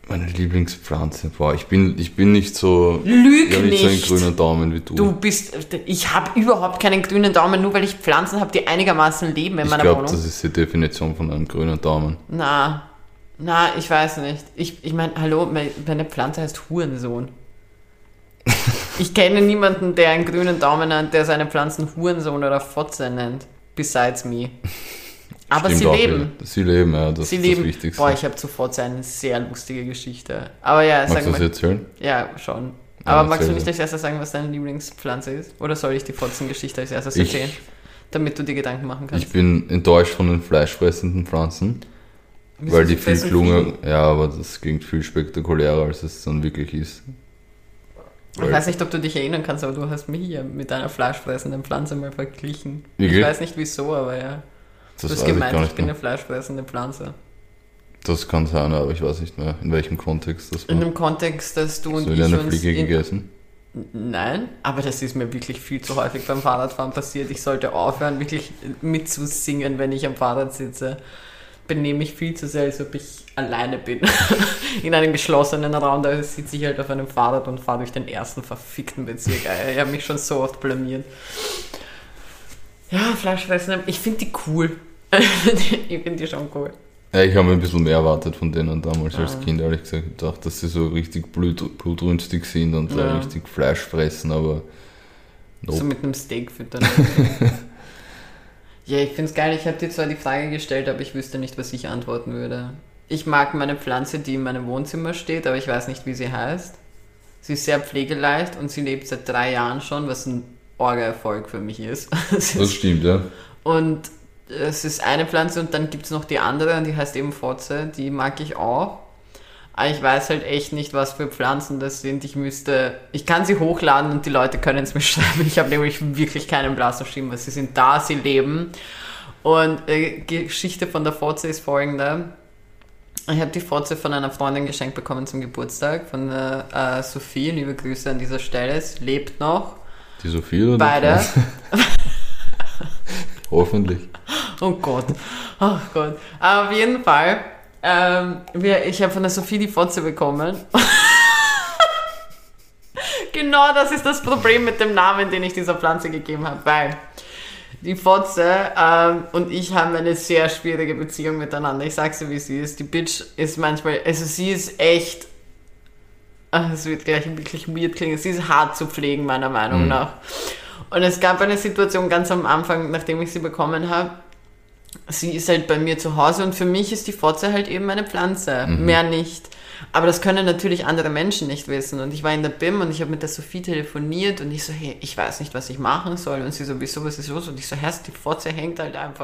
B: Meine Lieblingspflanze, boah, ich bin, ich bin nicht so,
A: Lüg
B: ich hab nicht so einen
A: nicht.
B: grünen Daumen wie du.
A: Du bist, ich habe überhaupt keinen grünen Daumen, nur weil ich Pflanzen habe, die einigermaßen leben in
B: ich
A: meiner
B: glaube,
A: Wohnung.
B: das ist die Definition von einem grünen Daumen.
A: Na, na, ich weiß nicht. Ich, ich meine, hallo, meine Pflanze heißt Hurensohn. Ich kenne niemanden, der einen grünen Daumen hat, der seine Pflanzen Hurensohn oder Fotze nennt. Besides me. Aber
B: Stimmt
A: sie
B: auch
A: leben.
B: wieder. Sie leben, ja, das
A: sie
B: ist
A: leben.
B: das Wichtigste.
A: Boah, ich habe zu Fotze eine sehr lustige Geschichte. Aber ja,
B: Magst
A: sag
B: du das
A: mal.
B: erzählen?
A: Ja, schon.
B: Ja,
A: Aber magst du
B: erzähl
A: nicht
B: sie.
A: als erstes sagen, was deine Lieblingspflanze ist? Oder soll ich die Fotzengeschichte als erstes
B: Ich-
A: erzählen? Damit du dir Gedanken machen kannst.
B: Ich bin enttäuscht von den fleischfressenden Pflanzen,
A: Wieso,
B: weil
A: sie
B: die viel
A: fressen
B: Klunge, ja, aber das klingt viel spektakulärer, als es dann wirklich ist.
A: Ich weiß nicht, ob du dich erinnern kannst, aber du hast mich ja mit einer fleischfressenden Pflanze mal verglichen.
B: Wirklich?
A: Ich weiß nicht wieso, aber ja.
B: Das
A: Du hast
B: weiß ich
A: gemeint,
B: gar
A: ich
B: nicht
A: bin
B: mehr.
A: eine fleischfressende Pflanze.
B: Das kann sein, aber ich weiß nicht mehr, in welchem Kontext das war.
A: In dem Kontext, dass du
B: Hast
A: und
B: du wieder
A: ich
B: eine
A: uns...
B: Fliege
A: in-
B: gegessen?
A: Nein, aber das ist mir wirklich viel zu häufig beim Fahrradfahren passiert. Ich sollte aufhören, wirklich mitzusingen, wenn ich am Fahrrad sitze. Benehme mich viel zu sehr, als ob ich alleine bin. In einem geschlossenen Raum, da sitze ich halt auf einem Fahrrad und fahre durch den ersten verfickten Bezirk. Ich habe mich schon so oft blamiert. Ja, Fleischfressen, ich finde die cool. Ich finde die schon cool.
B: Ja, ich habe mir ein bisschen mehr erwartet von denen damals als
A: Ah.
B: Kind, ehrlich gesagt. Ich dachte, dass sie so richtig blut, blutrünstig sind und
A: Ja.
B: äh, richtig Fleisch fressen, aber nope.
A: So mit einem Steak füttern. Ja, ich finde es geil. Ich habe dir zwar die Frage gestellt, aber ich wüsste nicht, was ich antworten würde. Ich mag meine Pflanze, die in meinem Wohnzimmer steht, aber ich weiß nicht, wie sie heißt. Sie ist sehr pflegeleicht und sie lebt seit drei Jahren schon, was ein Orga-Erfolg für mich ist. Es
B: Das
A: ist
B: stimmt, ja.
A: und es ist eine Pflanze und dann gibt es noch die andere und die heißt eben Fotze, die mag ich auch. Aber ich weiß halt echt nicht, was für Pflanzen das sind. Ich müsste, ich kann sie hochladen und die Leute können es mir schreiben. Ich habe nämlich wirklich keinen blassen Schimmer. Sie sind da, sie leben. Und äh, Geschichte von der Fotze ist folgende. Ich habe die Fotze von einer Freundin geschenkt bekommen zum Geburtstag, von der äh, Sophie. Liebe Grüße an dieser Stelle. Sie lebt noch.
B: Die Sophie oder die
A: Beide.
B: Pflanze? Hoffentlich.
A: Oh Gott, oh Gott. Aber auf jeden Fall, ähm, wir, ich habe von der Sophie die Fotze bekommen. Genau das ist das Problem mit dem Namen, den ich dieser Pflanze gegeben habe, weil die Fotze ähm, und ich haben eine sehr schwierige Beziehung miteinander. Ich sag's dir, wie sie ist. Die Bitch ist manchmal, also sie ist echt, ach, es wird gleich wirklich weird klingen, sie ist hart zu pflegen, meiner Meinung
B: Mhm.
A: nach. Und es gab eine Situation ganz am Anfang, nachdem ich sie bekommen habe. Sie ist halt bei mir zu Hause und für mich ist die Fotze halt eben eine Pflanze,
B: Mhm.
A: mehr nicht. Aber das können natürlich andere Menschen nicht wissen. Und ich war in der B I M und ich habe mit der Sophie telefoniert und ich so, hey, ich weiß nicht, was ich machen soll. Und sie so, wieso, was ist los? Und ich so, Herr, die Fotze hängt halt einfach.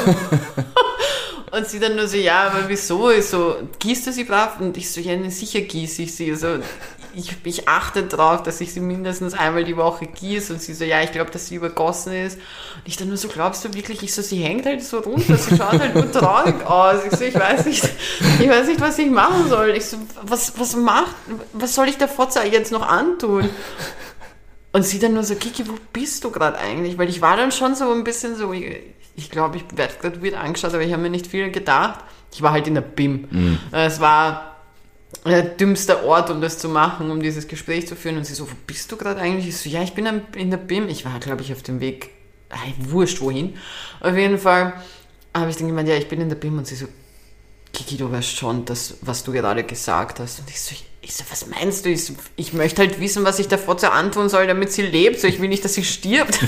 A: Und sie dann nur so, ja, aber wieso? Ich so, gießt du sie brav? Und ich so, ja, sicher gieße ich sie. Also, ich, ich achte drauf, dass ich sie mindestens einmal die Woche gieße. Und sie so, ja, ich glaube, dass sie übergossen ist. Und ich dann nur so, glaubst du wirklich? Ich so, sie hängt halt so runter, sie schaut halt nur traurig aus. Ich so, ich weiß nicht, ich weiß nicht, was ich machen soll. Ich so, was, was macht, was soll ich der Fotze jetzt noch antun? Und sie dann nur so, Kiki, wo bist du gerade eigentlich? Weil ich war dann schon so ein bisschen so, ich, ich glaube, ich werde gerade wieder angeschaut, aber ich habe mir nicht viel gedacht. Ich war halt in der B I M.
B: Mhm.
A: Es war der dümmste Ort, um das zu machen, um dieses Gespräch zu führen. Und sie so, wo bist du gerade eigentlich? Ich so, ja, ich bin am- in der B I M. Ich war, glaube ich, auf dem Weg, ey, wurscht wohin. Auf jeden Fall habe ich dann gemeint, ja, ich bin in der B I M. Und sie so, Kiki, du weißt schon, das, was du gerade gesagt hast. Und ich so, ich, ich so, was meinst du? Ich, so, ich möchte halt wissen, was ich der Fotze antun soll, damit sie lebt. So, ich will nicht, dass sie stirbt.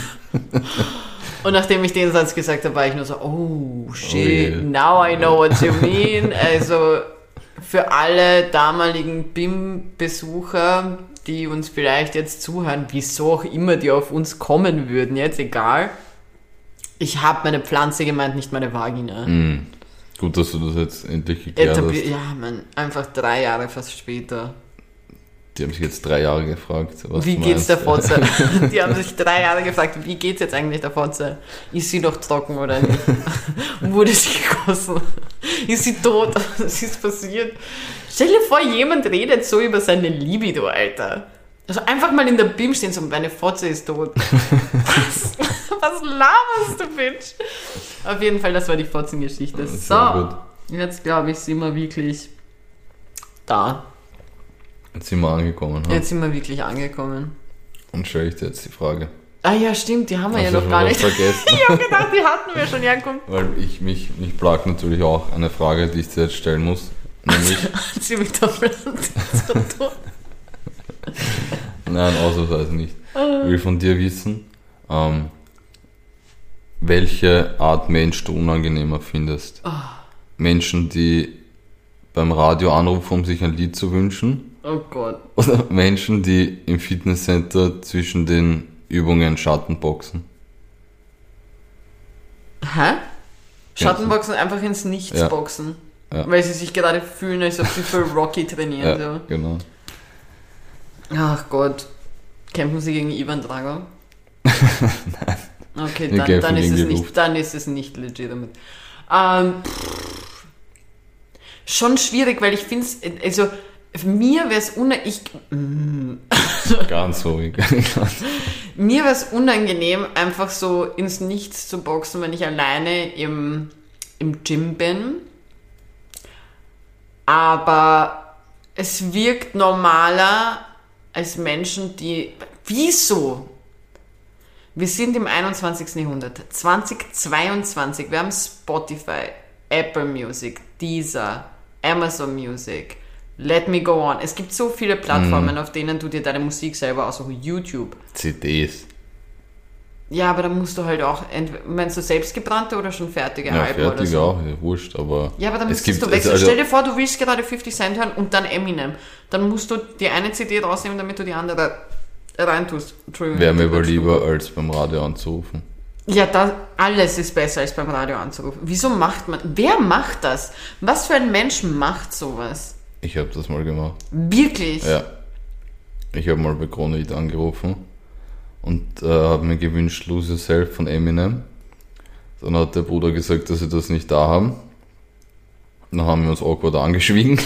A: Und nachdem ich den Satz gesagt habe, war ich nur so, oh shit,
B: Oh je.
A: now I know what you mean. Also für alle damaligen B I M-Besucher, die uns vielleicht jetzt zuhören, wieso auch immer die auf uns kommen würden, jetzt egal. Ich habe meine Pflanze gemeint, nicht meine Vagina.
B: Mhm. Gut, dass du das jetzt endlich geklärt
A: Etablier-
B: hast.
A: ja, man, einfach drei Jahre fast später.
B: Die haben sich jetzt drei Jahre gefragt, was
A: Wie
B: du
A: geht's
B: meinst.
A: der Fotze? Die haben sich drei Jahre gefragt, wie geht's jetzt eigentlich der Fotze? Ist sie noch trocken oder nicht? Wurde sie gegossen? Ist sie tot? Was ist passiert? Stell dir vor, jemand redet so über seine Libido, Alter. Also einfach mal in der B I M stehen, so, meine Fotze ist tot. Was? Was laberst du, Bitch? Auf jeden Fall, das war die Fotzengeschichte.
B: Sehr
A: So,
B: gut.
A: jetzt glaube ich, sind wir wirklich Da.
B: Jetzt sind wir angekommen. Ha?
A: Jetzt sind wir wirklich angekommen.
B: Und stelle ich dir jetzt die Frage.
A: Ah ja, stimmt, die haben wir
B: Hast
A: ja
B: du
A: noch
B: schon
A: gar
B: was
A: nicht.
B: vergessen?
A: Ich habe gedacht, die hatten wir schon. Ja, komm.
B: Weil ich mich, mich plagt natürlich auch eine Frage, die ich dir jetzt stellen muss. Nämlich.
A: Hat sie mit der Pflanze zu tun?
B: Nein, ausnahmsweise nicht. Ich will von dir wissen, ähm, welche Art Mensch du unangenehmer findest.
A: Oh.
B: Menschen, die beim Radio anrufen, um sich ein Lied zu wünschen.
A: Oh Gott.
B: Oder Menschen, die im Fitnesscenter zwischen den Übungen Schattenboxen.
A: Hä? Schattenboxen, einfach ins Nichts
B: Ja.
A: boxen.
B: Ja.
A: Weil sie sich gerade fühlen, als ob sie für Rocky trainieren.
B: Ja,
A: So.
B: genau.
A: Ach Gott. Kämpfen sie gegen Ivan Drago? Nein. Okay,
B: Wir
A: dann,
B: kämpfen
A: dann, ist
B: gegen
A: es
B: die
A: nicht,
B: Luft.
A: dann ist es nicht legitimate. Ähm, pff, schon schwierig, weil ich finde es, also mir wäre es unangenehm,
B: Ganz ruhig.
A: mir wäre es unangenehm, einfach so ins Nichts zu boxen, wenn ich alleine im, im Gym bin. Aber es wirkt normaler als Menschen, die... Wieso? Wir sind im einundzwanzigsten Jahrhundert, zweitausendzweiundzwanzig, wir haben Spotify, Apple Music, Deezer, Amazon Music, Let Me Go On. Es gibt so viele Plattformen,
B: Mhm.
A: auf denen du dir deine Musik selber aussuchst. YouTube.
B: C Ds.
A: Ja, aber da musst du halt auch, ent- meinst du selbstgebrannte oder schon fertige
B: Ja,
A: Alben oder
B: fertig
A: so?
B: auch, ja, wurscht, aber...
A: Ja, aber dann
B: es
A: müsstest
B: gibt,
A: du wechseln.
B: also,
A: Stell dir vor, du willst gerade fifty Cent hören und dann Eminem. Dann musst du die eine C D rausnehmen, damit du die andere reintust. Entschuldigung.
B: wäre mir aber lieber, als beim Radio anzurufen.
A: Ja, das, alles ist besser als beim Radio anzurufen. Wieso macht man, wer macht das? Was für ein Mensch macht sowas?
B: Ich habe das mal gemacht.
A: Wirklich?
B: Ja. Ich habe mal bei Kronhit angerufen und äh, habe mir gewünscht Lose Yourself von Eminem. Dann hat der Bruder gesagt, dass sie das nicht da haben. Dann haben wir uns awkward angeschwiegen.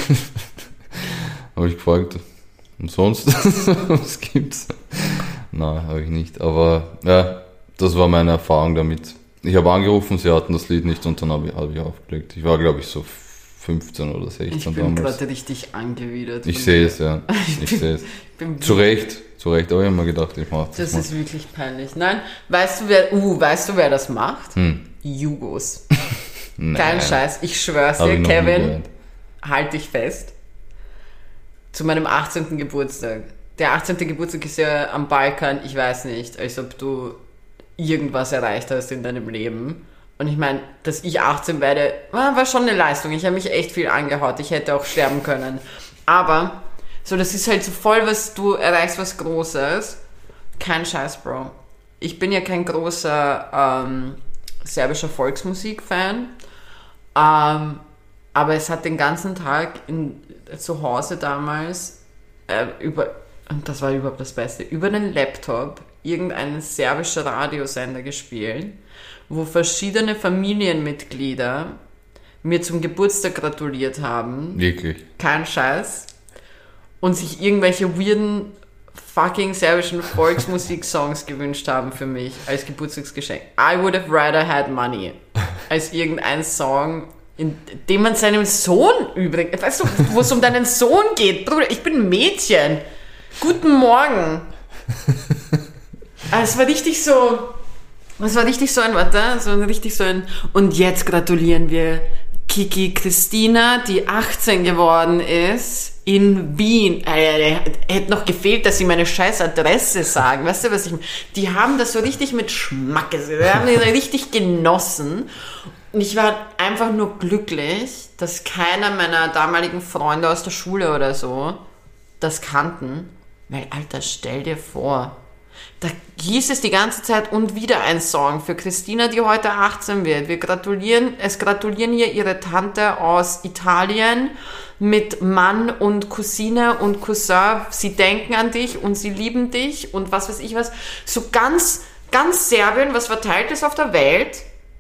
B: Habe ich gefragt, und sonst, was gibt's? Nein, habe ich nicht. Aber ja, das war meine Erfahrung damit. Ich habe angerufen, sie hatten das Lied nicht und dann habe ich, hab ich aufgelegt. Ich war, glaube ich, so fünfzehn oder sechzehn
A: Ich bin
B: damals.
A: gerade richtig angewidert.
B: Ich
A: von
B: sehe
A: dir.
B: es, ja. Ich sehe es.
A: bin
B: Zu Recht, zu Recht. Aber ich habe mir gedacht, ich mache das,
A: Das
B: mal.
A: ist wirklich peinlich. Nein, weißt du, wer, uh, weißt du, wer das macht?
B: Hm.
A: Jugos.
B: Nein.
A: Kein Scheiß. Ich schwör's
B: Hab ich
A: dir,
B: noch nie
A: Kevin,
B: gehört.
A: halt dich fest. Zu meinem achtzehnten Geburtstag. Der achtzehnte Geburtstag ist ja am Balkan, ich weiß nicht, als ob du irgendwas erreicht hast in deinem Leben. Und ich meine, dass ich achtzehn werde, war war schon eine Leistung. Ich habe mich echt viel angehaut. Ich hätte auch sterben können. Aber, so, das ist halt so voll, was du erreichst, was Großes. Kein Scheiß, Bro. Ich bin ja kein großer ähm, serbischer Volksmusik-Fan. Ähm, aber es hat den ganzen Tag in, zu Hause damals äh, über, und das war überhaupt das Beste, über den Laptop irgendein serbischer Radiosender gespielt, wo verschiedene Familienmitglieder mir zum Geburtstag gratuliert haben.
B: Wirklich.
A: Kein Scheiß. Und sich irgendwelche weirden fucking serbischen Volksmusik-Songs gewünscht haben für mich als Geburtstagsgeschenk. I would have rather had money als irgendein Song, in dem man seinem Sohn übrig... Weißt du, wo es um deinen Sohn geht? Bruder, ich bin ein Mädchen. Guten Morgen. Also es war richtig so... Es war richtig so ein, warte, so ein richtig so ein... Und jetzt gratulieren wir Kiki Christina, die achtzehn geworden ist, in Wien. Äh, hätte noch gefehlt, dass sie meine scheiß Adresse sagen. Weißt du, was ich meine? Die haben das so richtig mit Schmack gesehen. Die haben das richtig genossen. Und ich war einfach nur glücklich, dass keiner meiner damaligen Freunde aus der Schule oder so das kannten. Weil, Alter, stell dir vor, da hieß es die ganze Zeit und wieder ein Song für Christina, die heute achtzehn wird. Wir gratulieren, es gratulieren hier ihre Tante aus Italien mit Mann und Cousine und Cousin. Sie denken an dich und sie lieben dich und was weiß ich was. So ganz, ganz Serbien, was verteilt ist auf der Welt,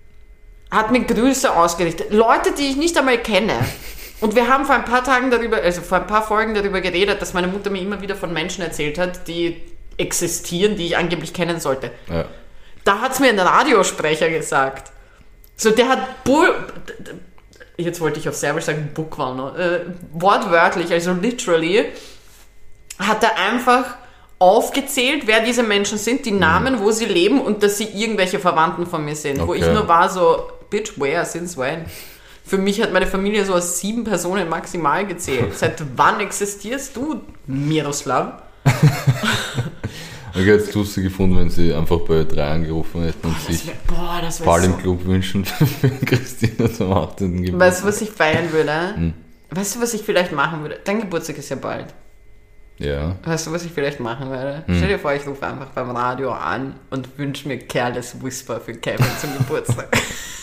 A: hat mir Grüße ausgerichtet. Leute, die ich nicht einmal kenne. Und wir haben vor ein paar Tagen darüber, also vor ein paar Folgen darüber geredet, dass meine Mutter mir immer wieder von Menschen erzählt hat, die existieren, die ich angeblich kennen sollte.
B: Ja.
A: Da hat es mir ein Radiosprecher gesagt. So, der hat Bull... jetzt wollte ich auf Serbisch sagen, bukvalno, äh, wortwörtlich, also literally, hat er einfach aufgezählt, wer diese Menschen sind, die Namen, wo sie leben und dass sie irgendwelche Verwandten von mir sind. Okay. Wo ich nur war so, bitch, where, since when? Für mich hat meine Familie so aus sieben Personen maximal gezählt. Seit wann existierst du, Miroslav?
B: Ich hätte es lustig gefunden, wenn sie einfach bei drei angerufen hätten und boah, sich wär, boah, das Ball im so Club wünschen für Christina zum achtzehnten Geburtstag.
A: Weißt du, was ich feiern würde? Hm. Weißt du, was ich vielleicht machen würde? Dein Geburtstag ist ja bald.
B: Ja.
A: Weißt du, was ich vielleicht machen werde? Hm. Stell dir vor, ich rufe einfach beim Radio an und wünsche mir Careless Whisper für Kevin zum Geburtstag.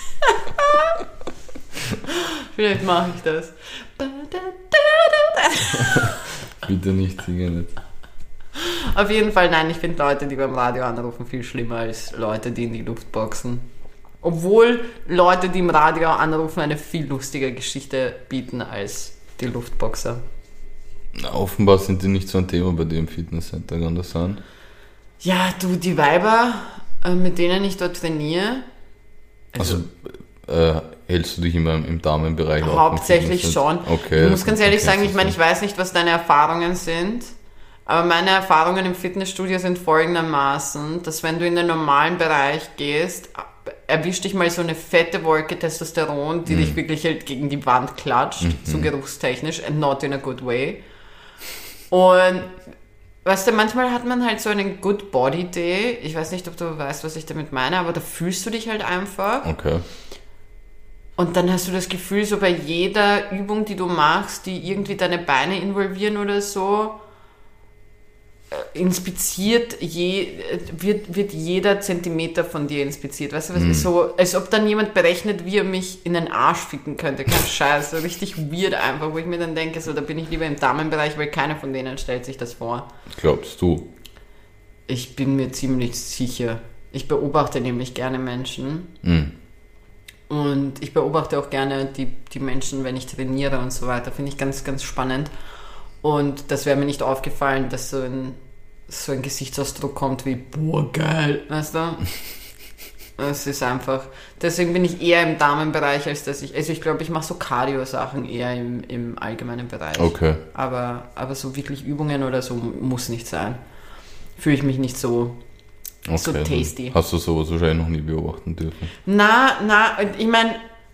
A: Vielleicht mache ich das.
B: Bitte nicht singen jetzt.
A: Auf jeden Fall, nein, ich finde Leute, die beim Radio anrufen, viel schlimmer als Leute, die in die Luft boxen. Obwohl Leute, die im Radio anrufen, eine viel lustige Geschichte bieten als die Luftboxer.
B: Na, offenbar sind die nicht so ein Thema bei dir im Fitnesscenter, kann das sein?
A: Ja, du, die Weiber, mit denen ich dort trainiere.
B: Also, also äh, hältst du dich immer im Damenbereich auf?
A: Hauptsächlich schon.
B: Okay,
A: ich muss ganz ehrlich
B: okay,
A: sagen, ich meine, ich weiß nicht, was deine Erfahrungen sind, aber meine Erfahrungen im Fitnessstudio sind folgendermaßen, dass wenn du in den normalen Bereich gehst, erwischt dich mal so eine fette Wolke Testosteron, die mm. dich wirklich halt gegen die Wand klatscht, mm-hmm. so geruchstechnisch, and not in a good way. Und weißt du, manchmal hat man halt so einen Good Body Day. Ich weiß nicht, ob du weißt, was ich damit meine, aber da fühlst du dich halt einfach.
B: Okay.
A: Und dann hast du das Gefühl, so bei jeder Übung, die du machst, die irgendwie deine Beine involvieren oder so, inspiziert, je, wird, wird jeder Zentimeter von dir inspiziert. Weißt du, was mm. ist so, als ob dann jemand berechnet, wie er mich in den Arsch ficken könnte. Kein Scheiß, so richtig weird einfach, wo ich mir dann denke, so, da bin ich lieber im Damenbereich, weil keiner von denen stellt sich das vor.
B: Glaubst du?
A: Ich bin mir ziemlich sicher. Ich beobachte nämlich gerne Menschen.
B: Mm.
A: Und ich beobachte auch gerne die, die Menschen, wenn ich trainiere und so weiter. Finde ich ganz, ganz spannend. Und das wäre mir nicht aufgefallen, dass so ein, so ein Gesichtsausdruck kommt wie, boah, geil, weißt du? Es ist einfach, deswegen bin ich eher im Damenbereich, als dass ich, also ich glaube, ich mache so Cardio-Sachen eher im, im allgemeinen Bereich.
B: Okay.
A: Aber, aber so wirklich Übungen oder so muss nicht sein. Fühle ich mich nicht so, okay, so tasty.
B: Hast du sowas wahrscheinlich noch nie beobachten dürfen?
A: Na, na, ich meine,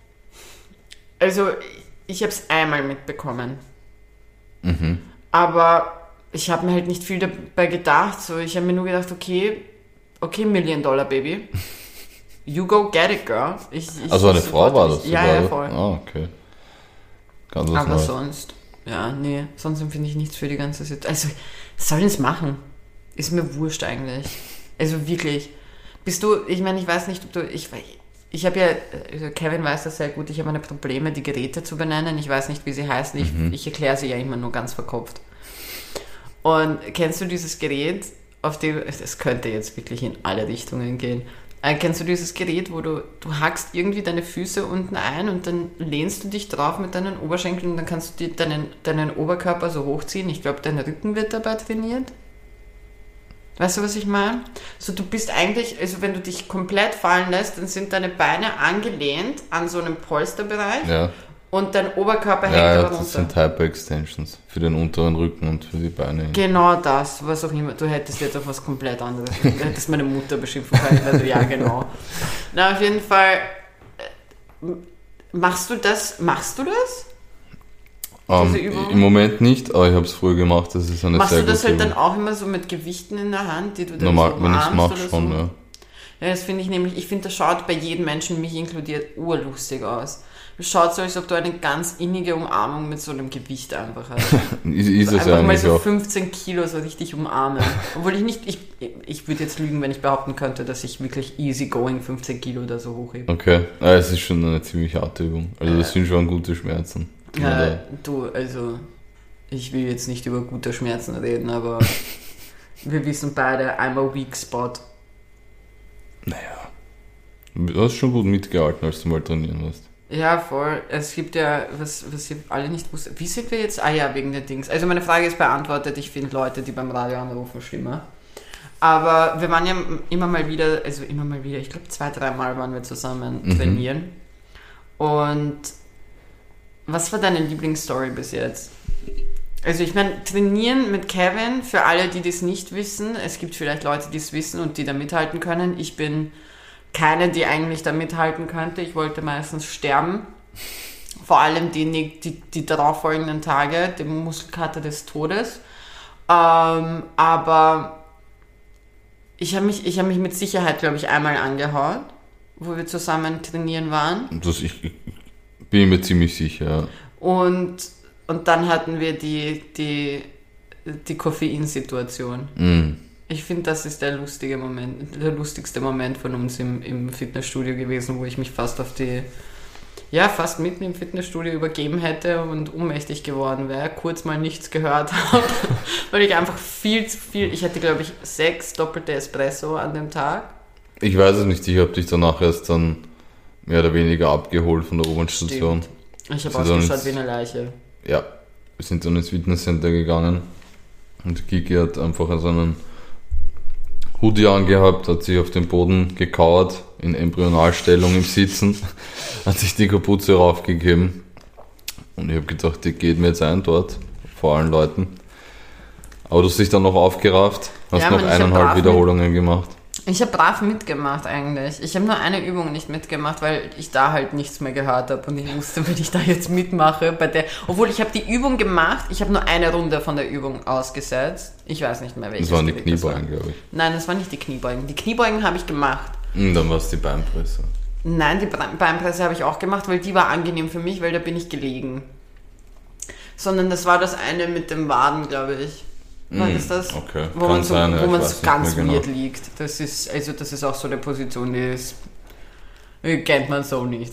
A: also ich habe es einmal mitbekommen.
B: Mhm.
A: Aber ich habe mir halt nicht viel dabei gedacht. So, ich habe mir nur gedacht, okay, okay, Million Dollar Baby. You go get it, girl. Ich, ich,
B: also eine Frau war das?
A: Ja, ja, voll.
B: Ah, okay. Ganz was
A: Aber
B: Neues.
A: sonst, ja, nee, sonst empfinde ich nichts für die ganze Situation. Also, was sollen es machen? Ist mir wurscht eigentlich. Also wirklich. Bist du, ich meine, ich weiß nicht, ob du, ich Ich habe ja, also Kevin weiß das sehr gut, ich habe meine Probleme, die Geräte zu benennen. Ich weiß nicht, wie sie heißen. Ich, mhm. ich erkläre sie ja immer nur ganz verkopft. Und kennst du dieses Gerät, auf dem, es könnte jetzt wirklich in alle Richtungen gehen. Äh, kennst du dieses Gerät, wo du, du hackst irgendwie deine Füße unten ein und dann lehnst du dich drauf mit deinen Oberschenkeln und dann kannst du dir deinen, deinen Oberkörper so hochziehen. Ich glaube, dein Rücken wird dabei trainiert. Weißt du, was ich meine? So, du bist eigentlich, also wenn du dich komplett fallen lässt, dann sind deine Beine angelehnt an so einem Polsterbereich
B: ja.
A: und dein Oberkörper hängt
B: ja,
A: aber
B: ja,
A: runter.
B: Das sind Hyper-Extensions für den unteren Rücken und für die Beine.
A: Genau das, was auch immer. Du hättest jetzt auf was komplett anderes. Du hättest meine Mutter beschimpfen können. Also, ja, genau. Na, auf jeden Fall, machst du das? Machst du das?
B: Um, Im Moment nicht, aber ich habe es früher gemacht. Das ist eine
A: Machst
B: sehr
A: du das
B: gute
A: halt
B: Übung.
A: dann auch immer so mit Gewichten in der Hand, die du dann
B: Normal,
A: so
B: wenn ich es mache schon,
A: so?
B: ja.
A: Ja, das finde ich nämlich, ich finde, das schaut bei jedem Menschen, mich inkludiert, urlustig aus. Es schaut so, als ob du eine ganz innige Umarmung mit so einem Gewicht einfach hast.
B: ist, ist
A: so
B: es
A: einfach
B: ja
A: mal so
B: auch.
A: fünfzehn Kilo so richtig umarmen. Obwohl ich nicht, ich, ich würde jetzt lügen, wenn ich behaupten könnte, dass ich wirklich easy going fünfzehn Kilo oder so hochhebe.
B: Okay, ja, es ist schon eine ziemlich harte Übung. Also das äh, sind schon gute Schmerzen.
A: Ja, du, also ich will jetzt nicht über gute Schmerzen reden, aber wir wissen beide, I'm a weak spot.
B: Naja, du hast schon gut mitgehalten, als du mal trainieren warst.
A: Ja, voll. Es gibt ja, was, was ihr alle nicht wussten. Wie sind wir jetzt? Ah ja, wegen der Dings. Also meine Frage ist beantwortet. Ich finde Leute, die beim Radio anrufen, schlimmer. Aber wir waren ja immer mal wieder, also immer mal wieder, ich glaube zwei, dreimal waren wir zusammen
B: mhm.
A: trainieren. Und Was war deine Lieblingsstory bis jetzt? Also ich meine, trainieren mit Kevin, für alle, die das nicht wissen, es gibt vielleicht Leute, die es wissen und die da mithalten können. Ich bin keine, die eigentlich da mithalten könnte. Ich wollte meistens sterben. Vor allem die, die, die darauffolgenden Tage, die Muskelkater des Todes. Ähm, aber ich habe mich, ich hab mich mit Sicherheit, glaube ich, einmal angehauen, wo wir zusammen trainieren waren.
B: Das ich, ich bin mir ziemlich sicher, ja.
A: Und, und dann hatten wir die, die, die Koffeinsituation.
B: Mm.
A: Ich finde, das ist der lustige Moment, der lustigste Moment von uns im, im Fitnessstudio gewesen, wo ich mich fast auf die, ja, fast mitten im Fitnessstudio übergeben hätte und ohnmächtig geworden wäre, kurz mal nichts gehört habe, weil ich einfach viel zu viel, ich hatte, glaube ich, sechs doppelte Espresso an dem Tag.
B: Ich weiß es nicht, ich habe dich danach erst dann mehr oder weniger abgeholt von der U-Bahn-Station.
A: Ich habe ausgeschaut wie eine Leiche.
B: Ja, wir sind dann ins Fitnesscenter gegangen und die Kiki hat einfach so einen Hoodie angehabt, hat sich auf den Boden gekauert, in Embryonalstellung im Sitzen, hat sich die Kapuze raufgegeben und ich habe gedacht, die geht mir jetzt ein dort, vor allen Leuten. Aber du hast dich dann noch aufgerafft, hast
A: Ja,
B: noch
A: man, ich hab
B: eineinhalb
A: brav
B: Wiederholungen gemacht.
A: Ich habe brav mitgemacht eigentlich. Ich habe nur eine Übung nicht mitgemacht, weil ich da halt nichts mehr gehört habe und ich wusste, wenn ich da jetzt mitmache, bei der, obwohl ich habe die Übung gemacht, ich habe nur eine Runde von der Übung ausgesetzt. Ich weiß nicht mehr, welche.
B: Das waren die Kniebeugen, glaube ich.
A: Nein, das waren nicht die Kniebeugen. Die Kniebeugen habe ich gemacht.
B: Und dann war es die Beinpresse.
A: Nein, die Beinpresse habe ich auch gemacht, weil die war angenehm für mich, weil da bin ich gelegen. Sondern das war das eine mit dem Waden, glaube ich. War das das?
B: Okay.
A: Wo
B: Kann
A: man so,
B: sein, ja,
A: wo
B: ich
A: man
B: weiß
A: so
B: nicht
A: ganz
B: mehr
A: weird
B: genau.
A: liegt. Das ist, also das ist auch so eine Position, die ist, die kennt man so nicht.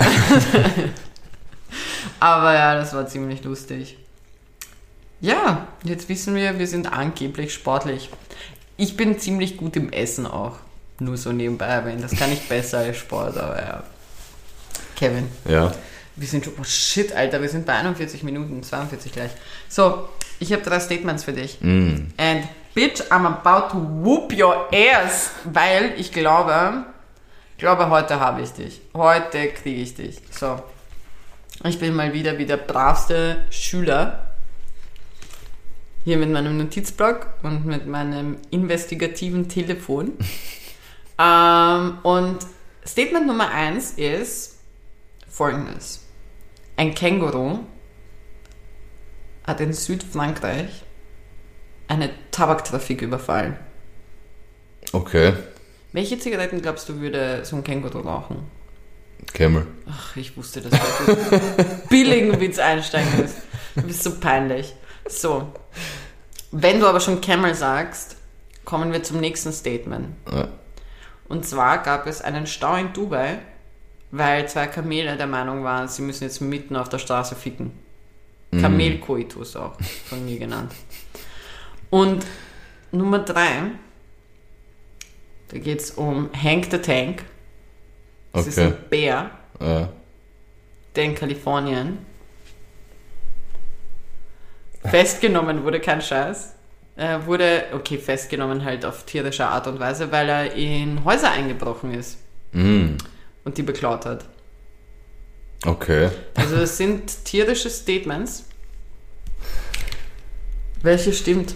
A: Aber ja, das war ziemlich lustig. Ja, jetzt wissen wir, wir sind angeblich sportlich. Ich bin ziemlich gut im Essen auch. Nur so nebenbei erwähnt. Das kann ich besser als Sport, aber ja. Kevin.
B: Ja.
A: Wir sind schon, oh shit, Alter, wir sind bei einundvierzig Minuten, zweiundvierzig gleich. So, ich habe drei Statements für dich.
B: Mm.
A: And bitch, I'm about to whoop your ass, weil ich glaube, ich glaube, heute habe ich dich. Heute kriege ich dich. So, ich bin mal wieder wie der bravste Schüler. Hier mit meinem Notizblock und mit meinem investigativen Telefon. ähm, und Statement Nummer eins ist folgendes. Ein Känguru hat in Südfrankreich eine Tabaktrafik überfallen.
B: Okay.
A: Welche Zigaretten glaubst du, würde so ein Känguru rauchen?
B: Camel.
A: Ach, ich wusste, dass du billigen Witz einsteigen wirst. Du bist so peinlich. So. Wenn du aber schon Camel sagst, kommen wir zum nächsten Statement.
B: Ja.
A: Und zwar gab es einen Stau in Dubai, weil zwei Kamele der Meinung waren, sie müssen jetzt mitten auf der Straße ficken. Kamelkoitus auch, von mir genannt. Und Nummer drei, da geht es um Hank the Tank. Das
B: Okay.
A: ist ein Bär,
B: Ja.
A: der in Kalifornien festgenommen wurde, kein Scheiß. Er wurde, okay, festgenommen halt auf tierische Art und Weise, weil er in Häuser eingebrochen ist
B: Mm.
A: und die beklaut hat.
B: Okay.
A: Also das sind tierische Statements. Welche stimmt?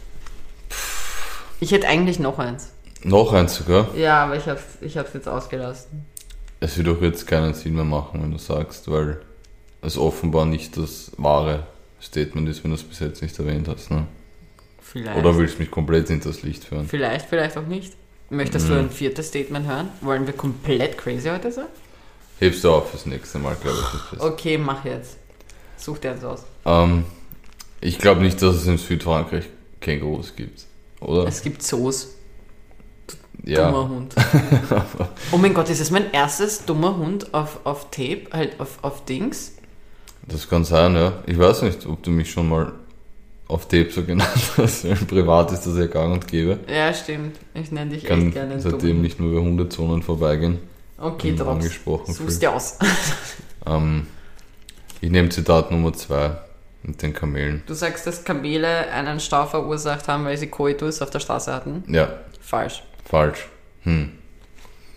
A: Ich hätte eigentlich noch eins.
B: Noch eins sogar.
A: Ja, aber ich habe ich hab's jetzt ausgelassen.
B: Es wird doch jetzt keinen Sinn mehr machen, wenn du sagst, weil es offenbar nicht das wahre Statement ist, wenn du es bis jetzt nicht erwähnt hast. Ne?
A: Vielleicht.
B: Oder willst du mich komplett hinters Licht führen?
A: Vielleicht, vielleicht auch nicht. Möchtest
B: Mhm.
A: du ein viertes Statement hören? Wollen wir komplett crazy heute sein?
B: Hebst du auf fürs nächste Mal, glaube ich. Nicht fest.
A: Okay, mach jetzt. Such dir eins aus.
B: Ähm, ich glaube nicht, dass es in Südfrankreich Kängurus gibt, oder?
A: Es gibt Zoos.
B: Ja.
A: Dummer Hund. Oh mein Gott, ist das mein erstes dummer Hund auf, auf Tape? Halt auf, auf Dings?
B: Das kann sein, ja. Ich weiß nicht, ob du mich schon mal auf Tape so genannt hast. Privat ist das ja gang und gäbe.
A: Ja, stimmt. Ich nenne dich
B: Ich kann
A: echt gerne einen
B: seitdem
A: dummen.
B: nicht nur über Hundezonen vorbeigehen.
A: Okay,
B: bin
A: Drops.
B: angesprochen
A: Such's
B: fühl.
A: dir aus.
B: Ähm, ich nehme Zitat Nummer zwei mit den Kamelen.
A: Du sagst, dass Kamele einen Stau verursacht haben, weil sie Koitus auf der Straße hatten?
B: Ja,
A: Falsch.
B: falsch. Hm.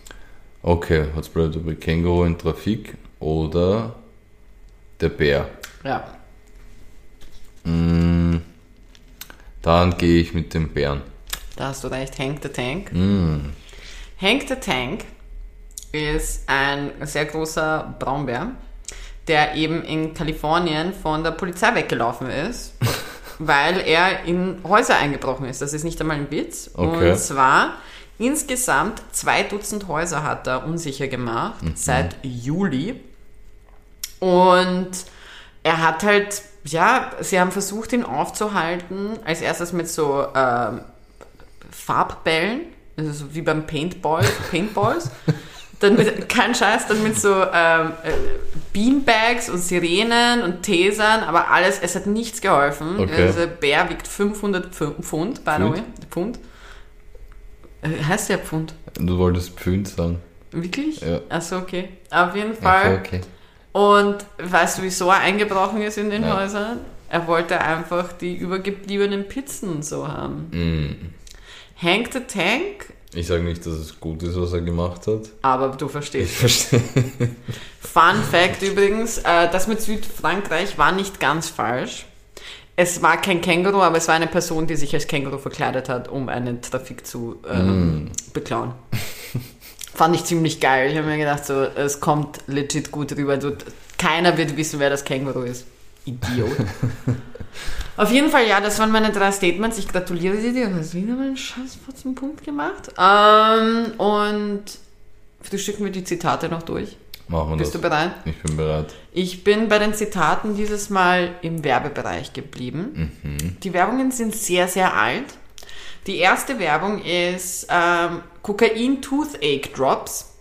B: Okay, jetzt bleibt über Känguru in Trafik oder der Bär.
A: Ja.
B: Mm, dann gehe ich mit dem Bären.
A: Da hast du recht, Hank the Tank.
B: Mm.
A: Hank the Tank ist ein sehr großer Braunbär, der eben in Kalifornien von der Polizei weggelaufen ist, weil er in Häuser eingebrochen ist. Das ist nicht einmal ein Witz.
B: Okay.
A: Und zwar insgesamt zwei Dutzend Häuser hat er unsicher gemacht, mhm. seit Juli. Und er hat halt, ja, sie haben versucht, ihn aufzuhalten, als erstes mit so ähm, Farbbällen, also so wie beim Paintball, Paintballs. Dann mit, kein Scheiß, dann mit so ähm, Beanbags und Sirenen und Tasern, aber alles, es hat nichts geholfen.
B: Okay.
A: Der Bär wiegt fünfhundert Pfund, by the way. Pfund? Äh, heißt der Pfund?
B: Du wolltest Pfund sagen.
A: Wirklich?
B: Ja.
A: Achso, okay. Auf jeden Fall.
B: Okay, okay.
A: Und weißt du, wieso er eingebrochen ist in den
B: ja.
A: Häusern? Er wollte einfach die übergebliebenen Pizzen so haben.
B: Mm.
A: Hank the Tank...
B: Ich sage nicht, dass es gut ist, was er gemacht hat.
A: Aber du verstehst.
B: Ich verstehe.
A: Fun Fact übrigens, äh, das mit Südfrankreich war nicht ganz falsch. Es war kein Känguru, aber es war eine Person, die sich als Känguru verkleidet hat, um einen Trafik zu ähm, mm. beklauen. Fand ich ziemlich geil. Ich habe mir gedacht, so, es kommt legit gut rüber. Du, keiner wird wissen, wer das Känguru ist. Idiot. Auf jeden Fall, ja, das waren meine drei Statements. Ich gratuliere dir, du hast wieder mal einen scheiß Punkt gemacht. Ähm, und frühstücken wir die Zitate noch durch.
B: Machen wir
A: Bist
B: das.
A: du bereit?
B: Ich bin bereit.
A: Ich bin bei den Zitaten dieses Mal im Werbebereich geblieben.
B: Mhm.
A: Die Werbungen sind sehr, sehr alt. Die erste Werbung ist ähm, Kokain Toothache Drops.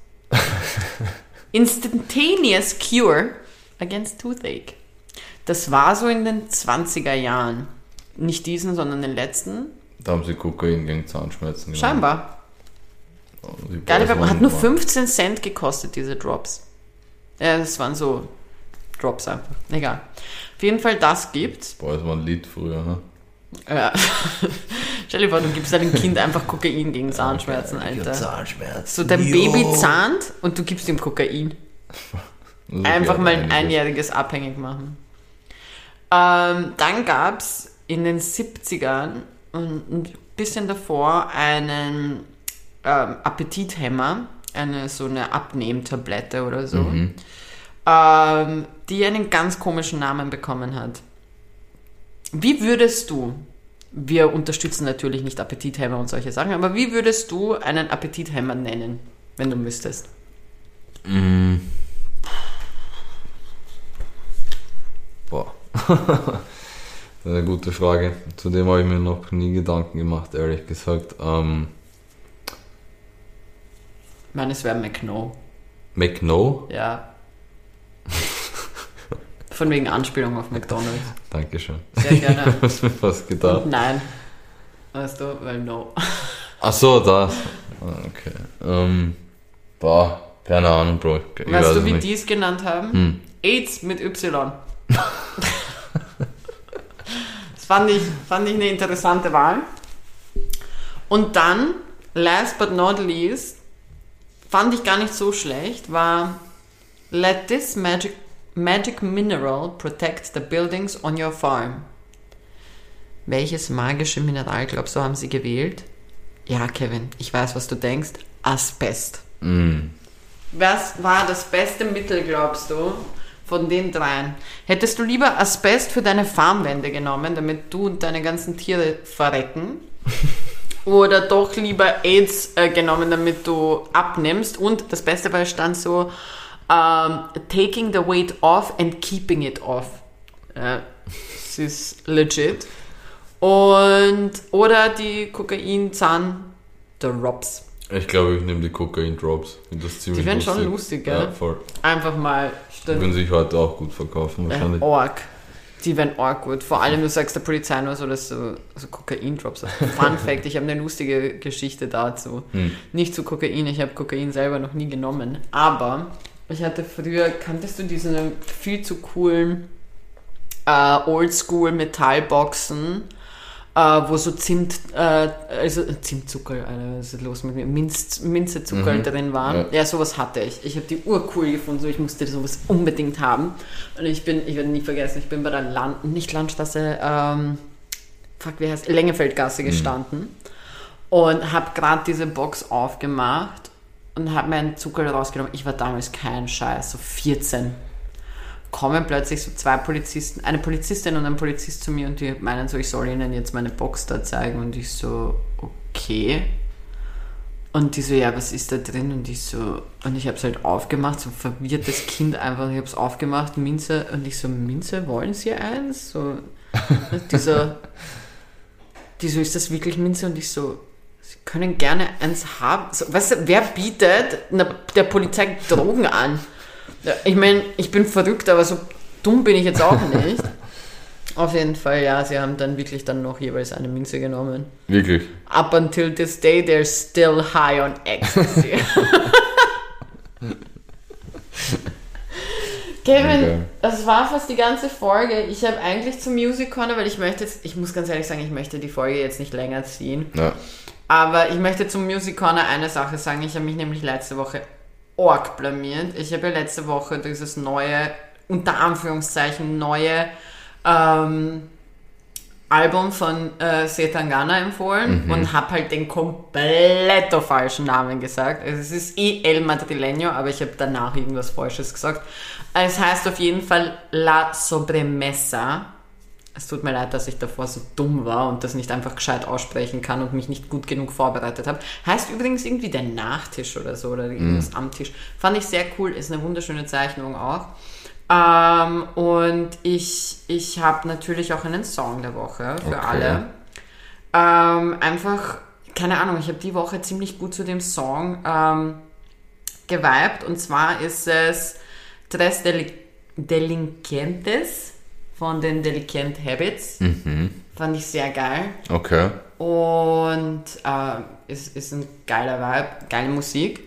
A: Instantaneous Cure against Toothache. Das war so in den zwanziger Jahren. Nicht diesen, sondern den letzten.
B: Da haben sie Kokain gegen Zahnschmerzen gemacht.
A: Scheinbar.
B: Oh,
A: Geile Werbung. Hat nur fünfzehn Cent gekostet, diese Drops. Ja, das waren so Drops einfach. Egal. Auf jeden Fall, das gibt's.
B: Boah, das war ein Lied früher, ne?
A: Ja. Stell dir vor, du gibst deinem Kind einfach Kokain gegen Zahnschmerzen,
B: okay,
A: Alter.
B: Zahnschmerzen.
A: So, dein
B: Jo.
A: Baby zahnt und du gibst ihm Kokain. Einfach mal ein Einjähriges abhängig machen. Ähm, dann gab es in den siebzigern und ein bisschen davor einen ähm, Appetithemmer, eine so eine Abnehmtablette oder so,
B: Mhm.
A: ähm, die einen ganz komischen Namen bekommen hat. Wie würdest du, wir unterstützen natürlich nicht Appetithemmer und solche Sachen, aber wie würdest du einen Appetithemmer nennen, wenn du müsstest?
B: Mm. Boah. Das ist eine gute Frage. Zudem habe ich mir noch nie Gedanken gemacht, ehrlich gesagt. Ähm,
A: Meines wäre McNo.
B: McNo?
A: Ja. Von wegen Anspielung auf McDonald's.
B: Dankeschön.
A: Sehr gerne.
B: Ich hab's mir fast gedacht.
A: Und nein. Weißt du, weil no.
B: Ach so, das. Okay. Ähm, boah, keine Ahnung, Bro. Ich
A: Weißt
B: weiß
A: du,
B: es
A: wie
B: nicht.
A: die es genannt haben?
B: Hm.
A: AIDS mit Y. Das fand ich, fand ich eine interessante Wahl. Und dann, last but not least, fand ich gar nicht so schlecht, war Let this magic, magic mineral protect the buildings on your farm. Welches magische Mineral, glaubst du, haben sie gewählt? Ja, Kevin, ich weiß, was du denkst. Asbest.
B: Mm.
A: Was war das beste Mittel, glaubst du, von den dreien? Hättest du lieber Asbest für deine Farmwände genommen, damit du und deine ganzen Tiere verrecken? Oder doch lieber AIDS äh, genommen, damit du abnimmst? Und das Beste war, stand so, um, taking the weight off and keeping it off. Ja, das ist legit. Und, oder die Kokain-Zahn-Drops.
B: Ich glaube, ich nehme die Kokain-Drops. Das ziemlich
A: Die wären
B: lustig.
A: schon lustig, gell?
B: Ja, voll.
A: Einfach mal.
B: Die können sich heute auch gut verkaufen, wahrscheinlich.
A: Äh, Org. Die wären arg gut. Vor allem, du sagst der Polizei nur so, dass du so Kokain-Drops hast. Fun Fact, ich habe eine lustige Geschichte dazu. Hm. Nicht zu Kokain, ich habe Kokain selber noch nie genommen. Aber ich hatte früher, kanntest du diese viel zu coolen äh, Oldschool-Metallboxen, äh, wo so Zimt, äh, also Zimtzucker, Alter, was ist los mit mir? Minz, Minzezucker mhm. drin waren. Ja. ja, sowas hatte ich. Ich habe die urcool gefunden, so ich musste sowas unbedingt haben. Und ich bin, ich werde nie vergessen, ich bin bei der Land, nicht Landstraße, ähm, fuck, wie heißt, Längefeldgasse gestanden mhm. und habe gerade diese Box aufgemacht und habe meinen Zucker rausgenommen. Ich war damals kein Scheiß, so vierzehn. Kommen plötzlich so zwei Polizisten, eine Polizistin und ein Polizist zu mir und die meinen so, ich soll ihnen jetzt meine Box da zeigen und ich so, okay. Und die so, ja, was ist da drin? Und ich so, und ich habe es halt aufgemacht, so verwirrtes Kind einfach, ich habe es aufgemacht, Minze, und ich so, Minze, wollen Sie eins? So, dieser, die so, ist das wirklich Minze? Und ich so, Sie können gerne eins haben. So, weißt du, wer bietet der Polizei Drogen an? Ich meine, ich bin verrückt, aber so dumm bin ich jetzt auch nicht. Auf jeden Fall, ja, sie haben dann wirklich dann noch jeweils eine Minze genommen.
B: Wirklich?
A: Up until this day, they're still high on ecstasy. Kevin, okay. Das war fast die ganze Folge. Ich habe eigentlich zum Music Corner, weil ich möchte jetzt, ich muss ganz ehrlich sagen, ich möchte die Folge jetzt nicht länger ziehen. Ja. Aber ich möchte zum Music Corner eine Sache sagen. Ich habe mich nämlich letzte Woche arg blamiert. Ich habe ja letzte Woche dieses neue, unter Anführungszeichen, neue ähm, Album von äh, Setangana empfohlen mhm. und habe halt den komplett falschen Namen gesagt. Also es ist eh El Madrileño, aber ich habe danach irgendwas Falsches gesagt. Es heißt auf jeden Fall La Sobremesa. Es tut mir leid, dass ich davor so dumm war und das nicht einfach gescheit aussprechen kann und mich nicht gut genug vorbereitet habe. Heißt übrigens irgendwie der Nachtisch oder so oder irgendwas mm. am Tisch. Fand ich sehr cool, ist eine wunderschöne Zeichnung auch. Ähm, und ich, ich habe natürlich auch einen Song der Woche für okay. alle. Ähm, einfach, keine Ahnung, ich habe die Woche ziemlich gut zu dem Song ähm, geweibt. Und zwar ist es Tres Del- Delinquentes von den Delinquent Habits. Mhm. Fand ich sehr geil.
B: Okay.
A: Und äh, ist, ist ein geiler Vibe, geile Musik.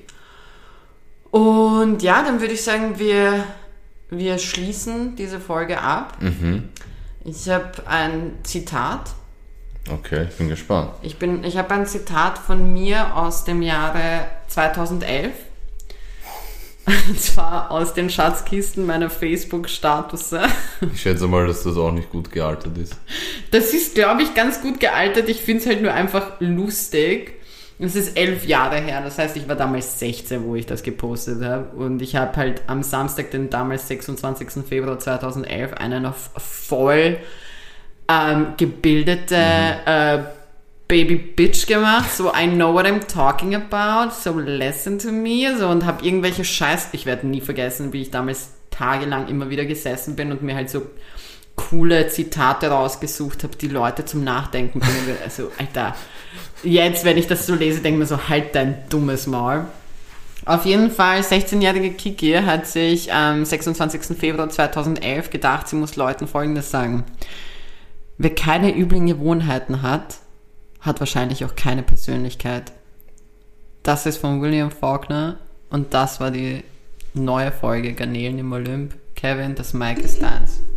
A: Und ja, dann würde ich sagen, wir, wir schließen diese Folge ab. Mhm. Ich habe ein Zitat.
B: Okay, ich bin gespannt.
A: Ich, bin, ich habe ein Zitat von mir aus dem Jahre zweitausendelf. Und zwar aus den Schatzkisten meiner Facebook-Statusse.
B: Ich schätze mal, dass das auch nicht gut gealtert ist.
A: Das ist, glaube ich, ganz gut gealtert. Ich finde es halt nur einfach lustig. Es ist elf Jahre her. Das heißt, ich war damals sechzehn, wo ich das gepostet habe. Und ich habe halt am Samstag, den damals sechsundzwanzigsten Februar zweitausendelf, eine noch voll ähm, gebildete mhm. äh, Baby Bitch gemacht, so I know what I'm talking about, so listen to me, so, und habe irgendwelche Scheiß, ich werde nie vergessen, wie ich damals tagelang immer wieder gesessen bin und mir halt so coole Zitate rausgesucht habe, die Leute zum Nachdenken bringen. Also, Alter, jetzt, wenn ich das so lese, denke ich mir so, halt dein dummes Maul. Auf jeden Fall, sechzehnjährige Kiki hat sich am sechsundzwanzigsten Februar zweitausendelf gedacht, sie muss Leuten Folgendes sagen: Wer keine üblen Gewohnheiten hat, hat wahrscheinlich auch keine Persönlichkeit. Das ist von William Faulkner und das war die neue Folge Garnelen im Olymp. Kevin, das Mic ist deins.